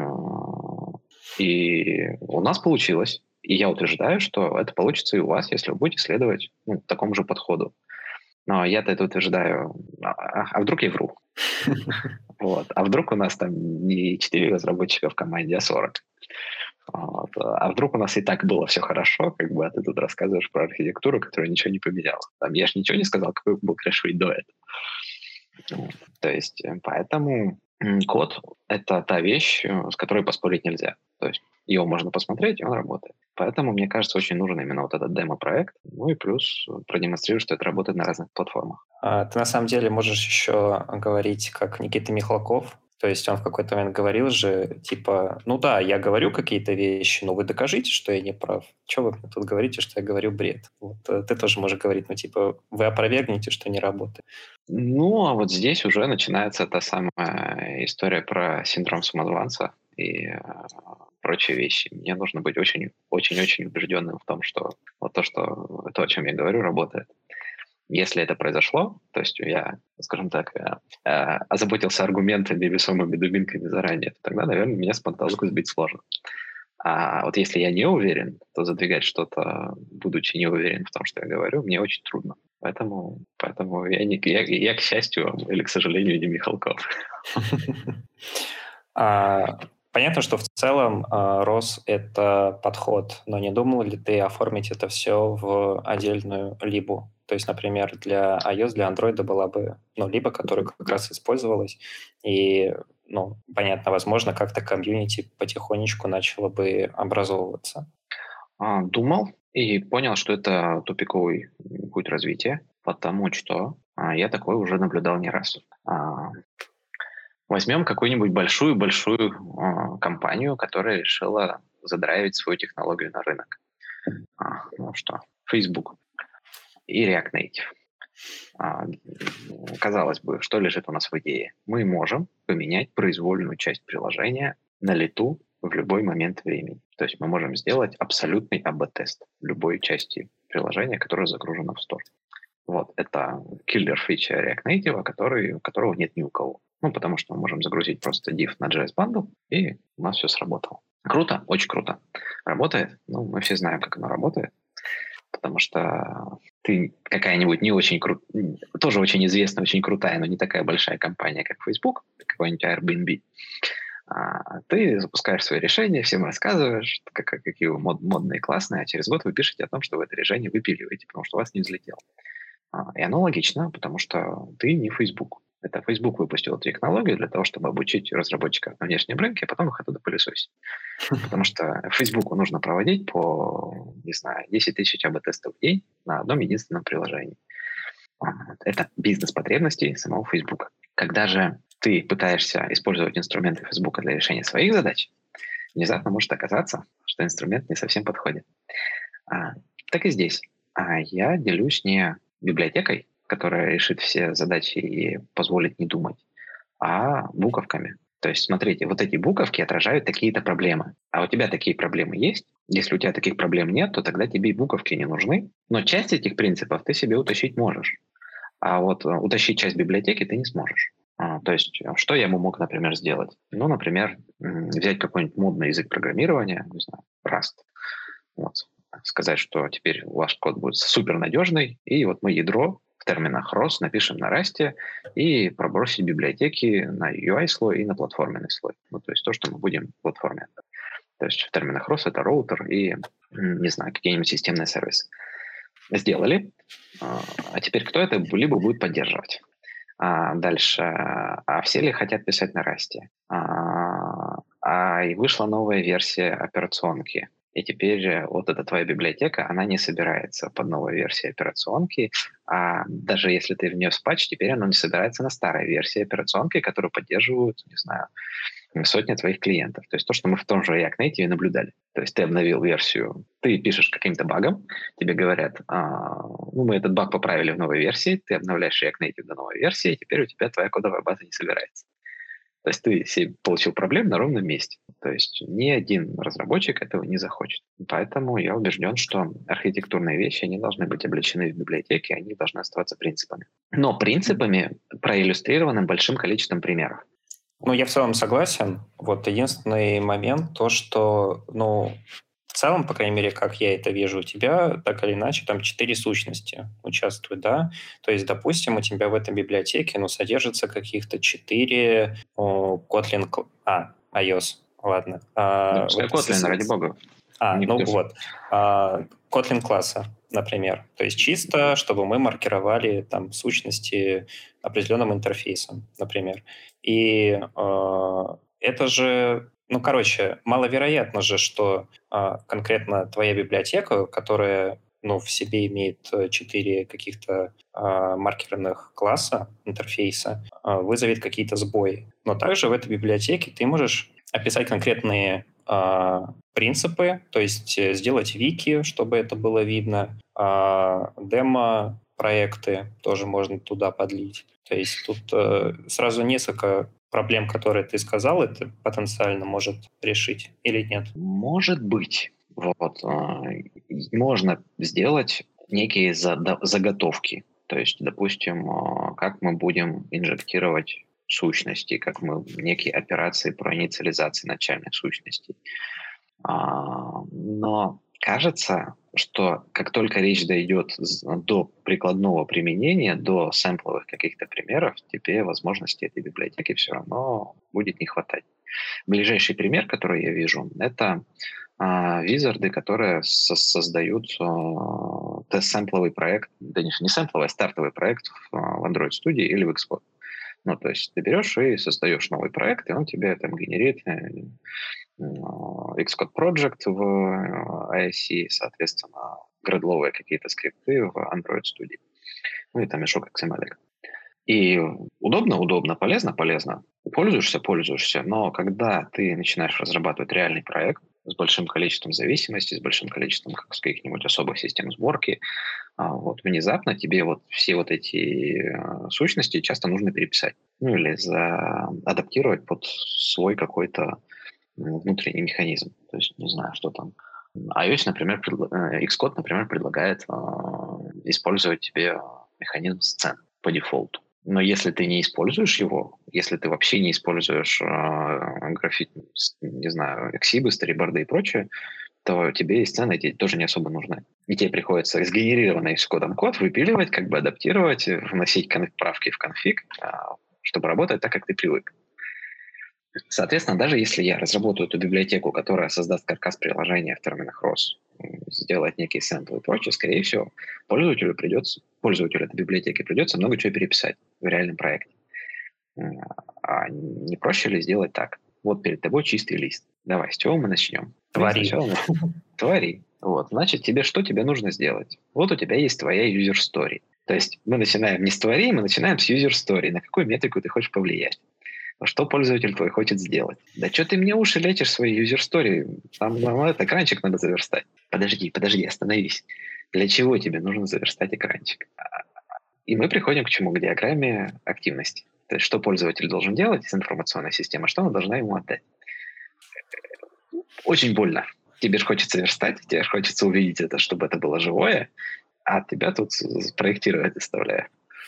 и у нас получилось. И я утверждаю, что это получится и у вас, если вы будете следовать такому же подходу. Но я-то это утверждаю. А вдруг я вру? Вот. А вдруг у нас там не 4 разработчика в команде, а 40? Вот. А вдруг у нас и так было все хорошо, а ты тут рассказываешь про архитектуру, которая ничего не поменяла. Я же ничего не сказал, какой был крэш-фри до этого. То есть, поэтому код — это та вещь, с которой поспорить нельзя. То есть его можно посмотреть, и он работает. Поэтому, мне кажется, очень нужен именно вот этот демо-проект. И плюс продемонстрировать, что это работает на разных платформах. Ты на самом деле можешь еще говорить, как Никита Михалков. То есть он в какой-то момент говорил же, я говорю какие-то вещи, но вы докажите, что я не прав. Чего вы мне тут говорите, что я говорю бред? Вот, ты тоже можешь говорить, вы опровергните, что не работает. А вот здесь уже начинается та самая история про синдром самозванца и прочие вещи. Мне нужно быть очень-очень убежденным в том, что вот то, о чем я говорю, работает. Если это произошло, то есть я, скажем так, озаботился аргументами, весомыми дубинками заранее, то тогда, наверное, меня с панталыку сбить сложно. А вот если я не уверен, то задвигать что-то, будучи не уверен в том, что я говорю, мне очень трудно. Поэтому я, к счастью или к сожалению, не Михалков. Понятно, что в целом ROS — это подход, но не думал ли ты оформить это все в отдельную либу? То есть, например, для iOS, для Android была бы либо, которая как раз использовалась, и, понятно, возможно, как-то комьюнити потихонечку начало бы образовываться. Думал и понял, что это тупиковый путь развития, потому что я такое уже наблюдал не раз. Возьмем какую-нибудь большую-большую компанию, которая решила задрайвить свою технологию на рынок. Facebook и React Native. Казалось бы, что лежит у нас в идее? Мы можем поменять произвольную часть приложения на лету в любой момент времени. То есть мы можем сделать абсолютный АБ-тест любой части приложения, которое загружено в Store. Вот, это киллер-фича React Native, которого нет ни у кого. Потому что мы можем загрузить просто div на JS Bundle, и у нас все сработало. Круто, очень круто. Работает? Мы все знаем, как оно работает. Потому что ты какая-нибудь не очень тоже очень известная, очень крутая, но не такая большая компания, как Facebook, какой-нибудь Airbnb. Ты запускаешь свои решения, всем рассказываешь, какие вы модные, классные, а через год вы пишете о том, что вы это решение выпиливаете, потому что у вас не взлетело. И оно логично, потому что ты не Facebook. Это Facebook выпустил эту технологию для того, чтобы обучить разработчиков на внешнем рынке, а потом их оттуда пылесосить. Потому что Фейсбуку нужно проводить по, не знаю, 10 тысяч АБ-тестов в день на одном единственном приложении. Это бизнес-потребности самого Фейсбука. Когда же ты пытаешься использовать инструменты Фейсбука для решения своих задач, внезапно может оказаться, что инструмент не совсем подходит. Так и здесь. Я делюсь не библиотекой, которая решит все задачи и позволит не думать, а буковками. То есть, смотрите, вот эти буковки отражают такие-то проблемы. А у тебя такие проблемы есть? Если у тебя таких проблем нет, то тогда тебе и буковки не нужны. Но часть этих принципов ты себе утащить можешь. А вот утащить часть библиотеки ты не сможешь. То есть, что я ему мог, например, сделать? Ну, например, взять какой-нибудь модный язык программирования, не знаю, Rust. Вот. Сказать, что теперь ваш код будет супернадежный, и вот мы ядро в терминах ROS напишем на Rust и пробросить библиотеки на UI-слой и на платформенный слой. Ну, то есть то, что мы будем в платформе. То есть в терминах ROS это роутер и, не знаю, какие-нибудь системные сервисы. Сделали. А теперь кто это либо будет поддерживать? Дальше. А все ли хотят писать на Rust? И вышла новая версия операционки. И теперь вот эта твоя библиотека, она не собирается под новой версией операционки, а даже если ты внес патч, теперь она не собирается на старой версии операционки, которую поддерживают, не знаю, сотни твоих клиентов. То есть то, что мы в том же React Native наблюдали. То есть ты обновил версию, ты пишешь каким-то багом, тебе говорят, ну, мы этот баг поправили в новой версии, ты обновляешь React Native до новой версии, и теперь у тебя твоя кодовая база не собирается. То есть ты себе получил проблем на ровном месте. То есть ни один разработчик этого не захочет. Поэтому я убежден, что архитектурные вещи, они должны быть облечены в библиотеке, они должны оставаться принципами. Но принципами, проиллюстрированным большим количеством примеров. Ну, я в целом согласен. Вот единственный момент, то, что, ну, в целом, по крайней мере, как я это вижу, у тебя так или иначе там 4 сущности участвуют, да? То есть, допустим, у тебя в этой библиотеке, ну, содержится каких-то 4 Kotlin... iOS, ладно. Да, пускай Kotlin, ради бога. Ну вот. Kotlin класса, например. То есть чисто, чтобы мы маркировали там сущности определенным интерфейсом, например. И это же, ну, короче, маловероятно же, что конкретно твоя библиотека, которая, ну, в себе имеет 4 каких-то маркерных класса, интерфейса, вызовет какие-то сбои. Но также в этой библиотеке ты можешь описать конкретные принципы, то есть сделать вики, чтобы это было видно, демо-проекты тоже можно туда подлить. То есть тут сразу несколько проблем, которые ты сказал, это потенциально может решить или нет? Может быть. Вот. Можно сделать некие заготовки. То есть, допустим, как мы будем инжектировать сущности, как мы некие операции по инициализации начальных сущностей. Но кажется, что как только речь дойдет до прикладного применения, до сэмпловых каких-то примеров, тебе возможности этой библиотеки все равно будет не хватать. Ближайший пример, который я вижу, это визарды, которые создают тест-сэмпловый проект, да не сэмпловый, а стартовый проект в Android Studio или в Xcode. Ну, то есть ты берешь и создаешь новый проект, и он тебе там генерит Xcode Project в ISE, соответственно, градловые какие-то скрипты в Android Studio. Ну и там мешок XML. И удобно, полезно. Пользуешься, но когда ты начинаешь разрабатывать реальный проект с большим количеством зависимостей, с большим количеством каких-нибудь особых систем сборки, вот внезапно тебе вот все вот эти сущности часто нужно переписать. Ну или адаптировать под свой какой-то внутренний механизм. То есть, не знаю, что там. iOS, например, Xcode, например, предлагает использовать тебе механизм сцен по дефолту. Но если ты не используешь его, если ты вообще не используешь не знаю, эксибы, сториборды и прочее, то тебе и сцены эти тоже не особо нужны. И тебе приходится сгенерированный с кодом код выпиливать, как бы адаптировать, вносить правки в конфиг, чтобы работать так, как ты привык. Соответственно, даже если я разработаю эту библиотеку, которая создаст каркас приложения в терминах ROS, сделает некие сэмплы и прочее, скорее всего, пользователю этой библиотеки придется много чего переписать в реальном проекте. А не проще ли сделать так? Вот перед тобой чистый лист. Давай, с чего мы начнем? Твори. Сначала твори. Вот, значит, что тебе нужно сделать? Вот у тебя есть твоя user story. То есть мы начинаем не с твори, мы начинаем с user story. На какую метрику ты хочешь повлиять? Что пользователь твой хочет сделать? Да что ты мне уши лечишь в своей user story? Там экранчик надо заверстать. Подожди, остановись. Для чего тебе нужно заверстать экранчик? И мы приходим к чему? К диаграмме активности. То есть что пользователь должен делать из информационной системы, что она должна ему отдать. Очень больно. Тебе же хочется верстать, тебе же хочется увидеть это, чтобы это было живое, а тебя тут проектировать заставляют.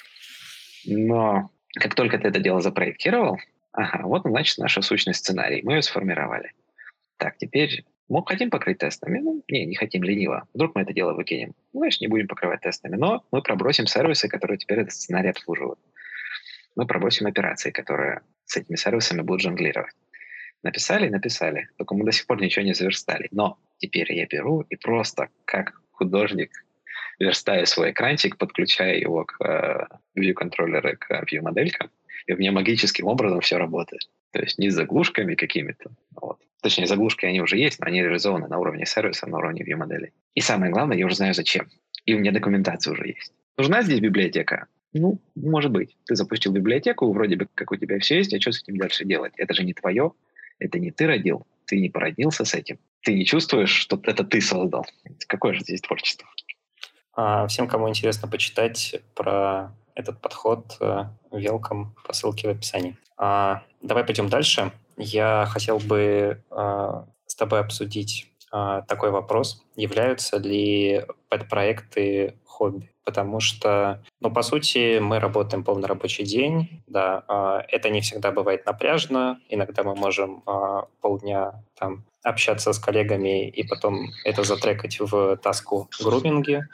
Но как только ты это дело запроектировал, вот, значит, наша сущность сценарий. Мы ее сформировали. Так, теперь мы хотим покрыть тестами? Не хотим, лениво. Вдруг мы это дело выкинем. Значит, не будем покрывать тестами. Но мы пробросим сервисы, которые теперь этот сценарий обслуживают. Мы пробросим операции, которые с этими сервисами будут жонглировать. Написали. Только мы до сих пор ничего не заверстали. Но теперь я беру и просто как художник верстаю свой экранчик, подключаю его к view-контроллеру, к view-моделькам, и у меня магическим образом все работает. То есть не с заглушками какими-то. Вот. Точнее, заглушки они уже есть, но они реализованы на уровне сервиса, на уровне view-моделей. И самое главное, я уже знаю зачем. И у меня документация уже есть. Нужна здесь библиотека? Может быть. Ты запустил библиотеку, вроде бы как у тебя все есть, а что с этим дальше делать? Это же не твое, это не ты родил, ты не породнился с этим. Ты не чувствуешь, что это ты создал. Какое же здесь творчество? Всем, кому интересно почитать про этот подход, welcome по ссылке в описании. Давай пойдем дальше. Я хотел бы с тобой обсудить такой вопрос. Являются ли пэт-проекты хобби? Потому что, по сути, мы работаем полный рабочий день. Да, это не всегда бывает напряжно. Иногда мы можем полдня там общаться с коллегами и потом это затрекать в таску груминге.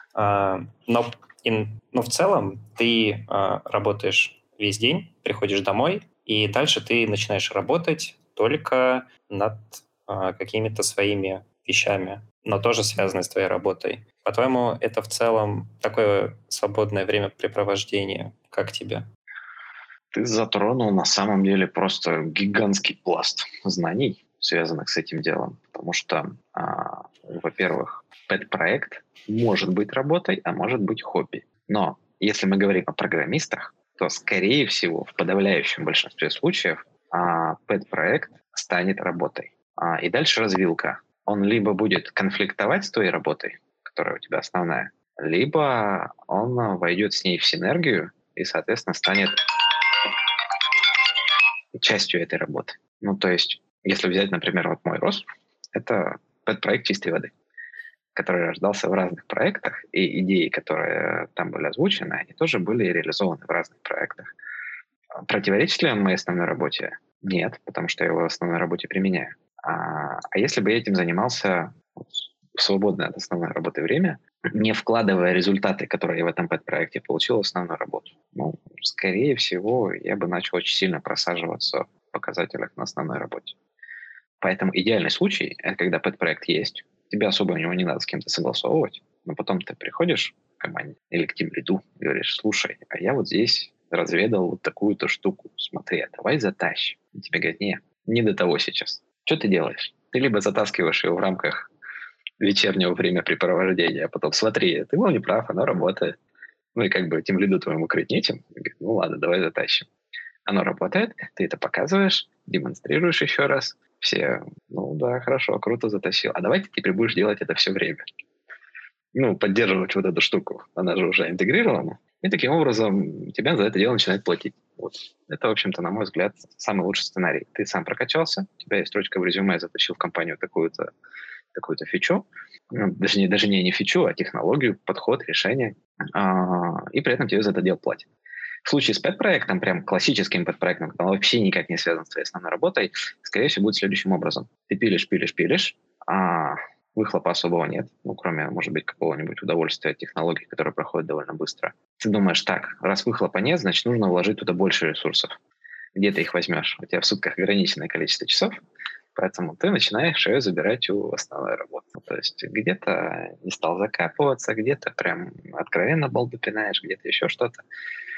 Но в целом ты работаешь весь день, приходишь домой, и дальше ты начинаешь работать только над какими-то своими вещами, но тоже связанные с твоей работой. По-твоему, это в целом такое свободное времяпрепровождение? Как тебе? Ты затронул на самом деле просто гигантский пласт знаний, связанных с этим делом. Потому что, во-первых, пэт-проект может быть работой, а может быть хобби. Но если мы говорим о программистах, то, скорее всего, в подавляющем большинстве случаев пэт-проект станет работой. И дальше развилка. Он либо будет конфликтовать с твоей работой, которая у тебя основная, либо он войдет с ней в синергию и, соответственно, станет частью этой работы. То есть, если взять, например, вот мой РОС, это пэт-проект чистой воды, который рождался в разных проектах, и идеи, которые там были озвучены, они тоже были реализованы в разных проектах. Противоречит ли он моей основной работе? Нет, потому что я его в основной работе применяю. А если бы я этим занимался в свободное от основной работы время, не вкладывая результаты, которые я в этом пэт-проекте получил, в основную работу, скорее всего, я бы начал очень сильно просаживаться в показателях на основной работе. Поэтому идеальный случай – это когда пэт-проект есть, тебе особо у него не надо с кем-то согласовывать, но потом ты приходишь к команде или к тимлиду и говоришь: слушай, а я вот здесь разведал вот такую-то штуку, смотри, а давай затащим. И тебе говорят: не до того сейчас. Что ты делаешь? Ты либо затаскиваешь его в рамках вечернего времяпрепровождения, а потом: смотри, ты был неправ, оно работает. И как бы тимлиду твоему крыть нечем. И говорит: ладно, давай затащим. Оно работает, ты это показываешь, демонстрируешь еще раз. Все: да, хорошо, круто, затащил. А давай ты теперь будешь делать это все время. Поддерживать вот эту штуку. Она же уже интегрирована. И таким образом тебя за это дело начинают платить. Вот. Это, в общем-то, на мой взгляд, самый лучший сценарий. Ты сам прокачался, у тебя есть строчка в резюме: затащил в компанию такую-то фичу. Даже не фичу, а технологию, подход, решение. И при этом тебе за это дело платят. В случае с пэт-проектом, прям классическим пэт-проектом, который вообще никак не связан с твоей основной работой, скорее всего, будет следующим образом. Ты пилишь, а выхлопа особого нет, кроме, может быть, какого-нибудь удовольствия от технологий, которые проходят довольно быстро. Ты думаешь: так, раз выхлопа нет, значит, нужно вложить туда больше ресурсов. Где ты их возьмешь? У тебя в сутках ограниченное количество часов, поэтому ты начинаешь ее забирать у основной работы. То есть где-то не стал закапываться, где-то прям откровенно балду пинаешь, где-то еще что-то.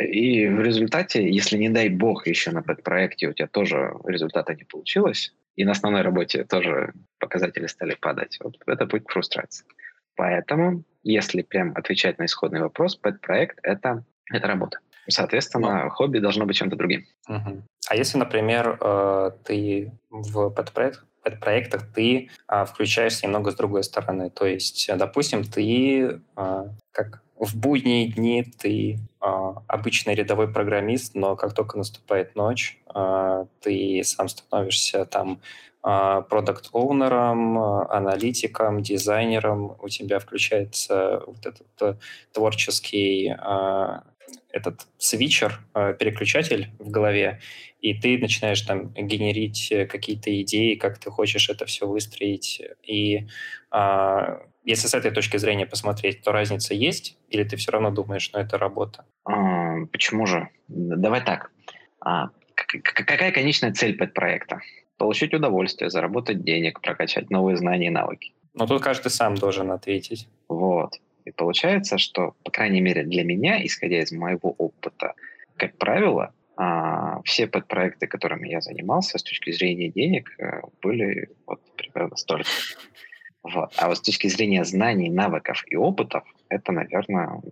И в результате, если, не дай бог, еще на подпроекте у тебя тоже результата не получилось, и на основной работе тоже показатели стали падать, вот это путь к фрустрации. Поэтому, если прям отвечать на исходный вопрос, подпроект — это работа. Соответственно, хобби должно быть чем-то другим. Мгм. А если, например, ты в подпроектах ты включаешься немного с другой стороны, то есть, допустим, ты как в будние дни ты обычный рядовой программист, но как только наступает ночь, ты сам становишься там продакт-оунером, аналитиком, дизайнером, у тебя включается вот этот творческий этот свитчер, переключатель в голове, и ты начинаешь там генерить какие-то идеи, как ты хочешь это все выстроить. И если с этой точки зрения посмотреть, то разница есть, или ты все равно думаешь, что это работа? Почему же? Давай так. Какая конечная цель подпроекта? Получить удовольствие, заработать денег, прокачать новые знания и навыки. Но тут каждый сам должен ответить. Вот. И получается, что, по крайней мере, для меня, исходя из моего опыта, как правило, все подпроекты, которыми я занимался с точки зрения денег, были вот примерно столько. Вот. А вот с точки зрения знаний, навыков и опытов, это, наверное,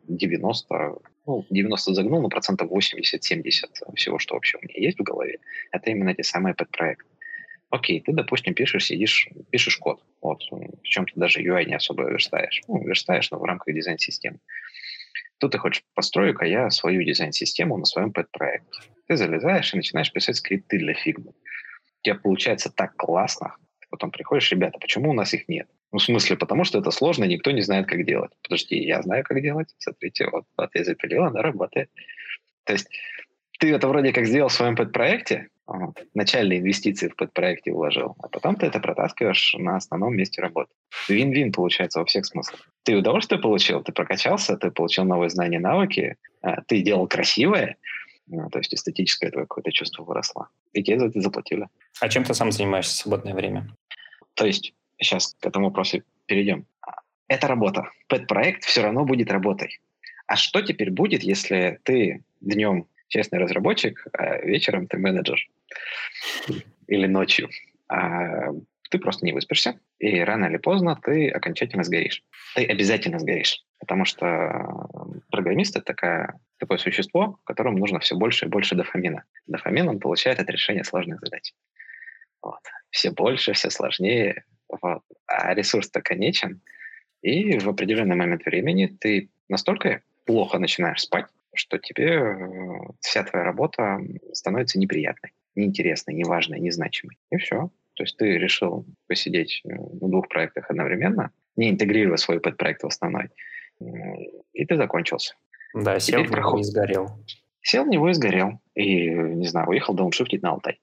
90 загнул, но процентов 80-70 всего, что вообще у меня есть в голове, это именно те самые подпроекты. Окей, ты, допустим, пишешь код. Вот, в чем-то даже UI не особо верстаешь. Ну, верстаешь, но в рамках дизайн-системы. Тут ты хочешь, построю-ка я свою дизайн-систему на своем пэт-проекте. Ты залезаешь и начинаешь писать скрипты для фигмы. У тебя получается так классно. Ты потом приходишь, ребята, почему у нас их нет? Ну, в смысле, потому что это сложно, никто не знает, как делать. Подожди, я знаю, как делать. Смотрите, вот я запилил, она работает. То есть ты это вроде как сделал в своем подпроекте, начальные инвестиции в подпроекте вложил, а потом ты это протаскиваешь на основном месте работы. Вин-вин получается во всех смыслах. Ты удовольствие получил, ты прокачался, ты получил новые знания, навыки, ты делал красивое, то есть эстетическое твое какое-то чувство выросло. И тебе за это заплатили. А чем ты сам занимаешься в свободное время? То есть сейчас к этому вопросу перейдем. Это работа. Пэт-проект все равно будет работой. А что теперь будет, если ты днем честный разработчик, а вечером ты менеджер? Или ночью? Ты просто не выспишься, и рано или поздно ты окончательно сгоришь. Ты обязательно сгоришь. Потому что программист — это такое существо, которому нужно все больше и больше дофамина. Дофамин он получает от решения сложных задач. Вот. Все больше, все сложнее. Вот. А ресурс-то конечен. И в определенный момент времени ты настолько плохо начинаешь спать, что тебе вся твоя работа становится неприятной, неинтересной, неважной, незначимой. И все. То есть ты решил посидеть на двух проектах одновременно, не интегрируя свой подпроект в основной, и ты закончился. Да, сел в него и сгорел. Сел в него и сгорел. И, не знаю, уехал дауншифтить на Алтай.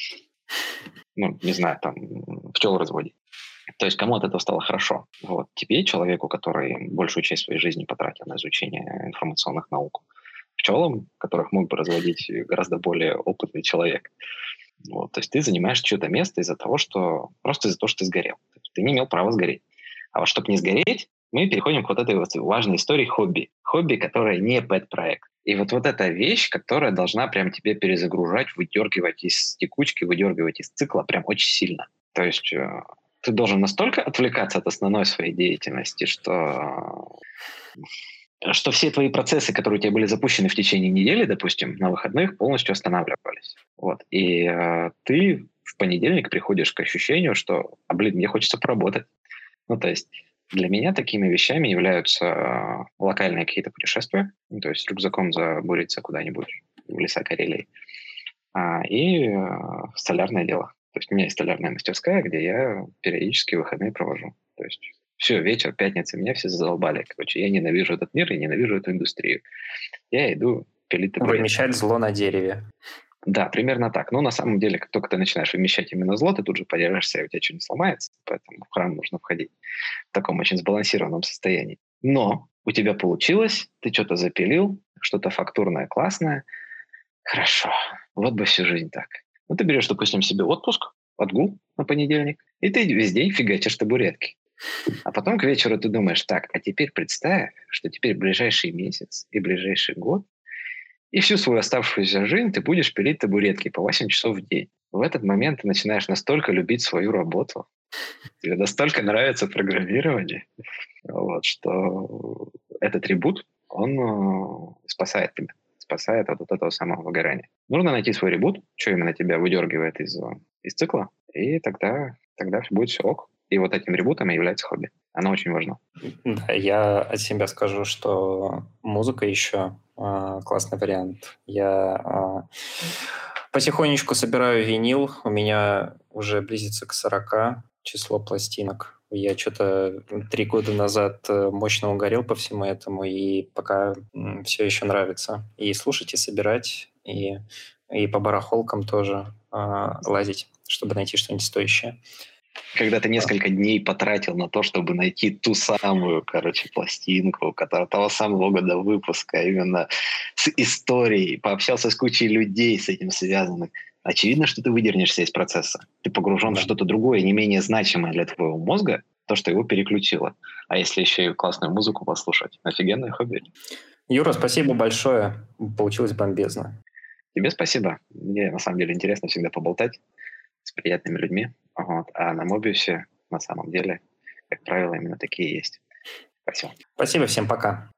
Ну, не знаю, там, пчел разводить. То есть кому от этого стало хорошо. Вот. Тебе, человеку, который большую часть своей жизни потратил на изучение информационных наук, пчелам, которых мог бы разводить гораздо более опытный человек. Вот. То есть ты занимаешь чье-то место просто из-за того, что ты сгорел. Ты не имел права сгореть. А вот чтобы не сгореть, мы переходим к вот этой вот важной истории хобби. Хобби, которое не пэт-проект. И вот эта вещь, которая должна прям тебе перезагружать, выдергивать из текучки, выдергивать из цикла прям очень сильно. То есть ты должен настолько отвлекаться от основной своей деятельности, что все твои процессы, которые у тебя были запущены в течение недели, допустим, на выходных, полностью останавливались. Вот. И ты в понедельник приходишь к ощущению, что, мне хочется поработать. Ну, то есть для меня такими вещами являются локальные какие-то путешествия, то есть с рюкзаком забуриться куда-нибудь в леса Карелии, и столярное дело. То есть у меня есть столярная мастерская, где я периодически выходные провожу. То есть все, вечер, пятница, меня все задолбали. Короче, я ненавижу этот мир и ненавижу эту индустрию. Я иду пилить табуретки. Вымещать зло на дереве. Да, примерно так. Но на самом деле, как только ты начинаешь вымещать именно зло, ты тут же подержишься, и у тебя что-нибудь сломается. Поэтому в храм нужно входить в таком очень сбалансированном состоянии. Но у тебя получилось, ты что-то запилил, что-то фактурное, классное. Хорошо. Вот бы всю жизнь так. Ну, ты берешь, допустим, себе отпуск, отгул на понедельник, и ты весь день фигачишь табуретки. А потом к вечеру ты думаешь, так, а теперь представь, что теперь ближайший месяц и ближайший год И всю свою оставшуюся жизнь ты будешь пилить табуретки по 8 часов в день. В этот момент ты начинаешь настолько любить свою работу, тебе настолько нравится программирование, вот, что этот ребут, он спасает тебя, спасает от вот этого самого выгорания. Нужно найти свой ребут, что именно тебя выдергивает из цикла, и тогда будет все ок. И вот этим ребутом и является хобби. Оно очень важно. Да, я от себя скажу, что музыка еще классный вариант. Я потихонечку собираю винил. У меня уже близится к 40 число пластинок. Я что-то 3 года назад мощно угорел по всему этому, и пока все еще нравится. И слушать, и собирать, и по барахолкам тоже лазить, чтобы найти что-нибудь стоящее. Когда ты несколько дней потратил на то, чтобы найти ту самую, пластинку, которая того самого года выпуска, именно с историей, пообщался с кучей людей с этим связанных, очевидно, что ты выдернешься из процесса. Ты погружен в что-то другое, не менее значимое для твоего мозга, то, что его переключило. А если еще и классную музыку послушать, офигенное хобби. Юра, спасибо большое. Получилось бомбезно. Тебе спасибо. Мне, на самом деле, интересно всегда поболтать с приятными людьми. Вот. А на Mobius на самом деле, как правило, именно такие есть. Спасибо. Спасибо, всем пока.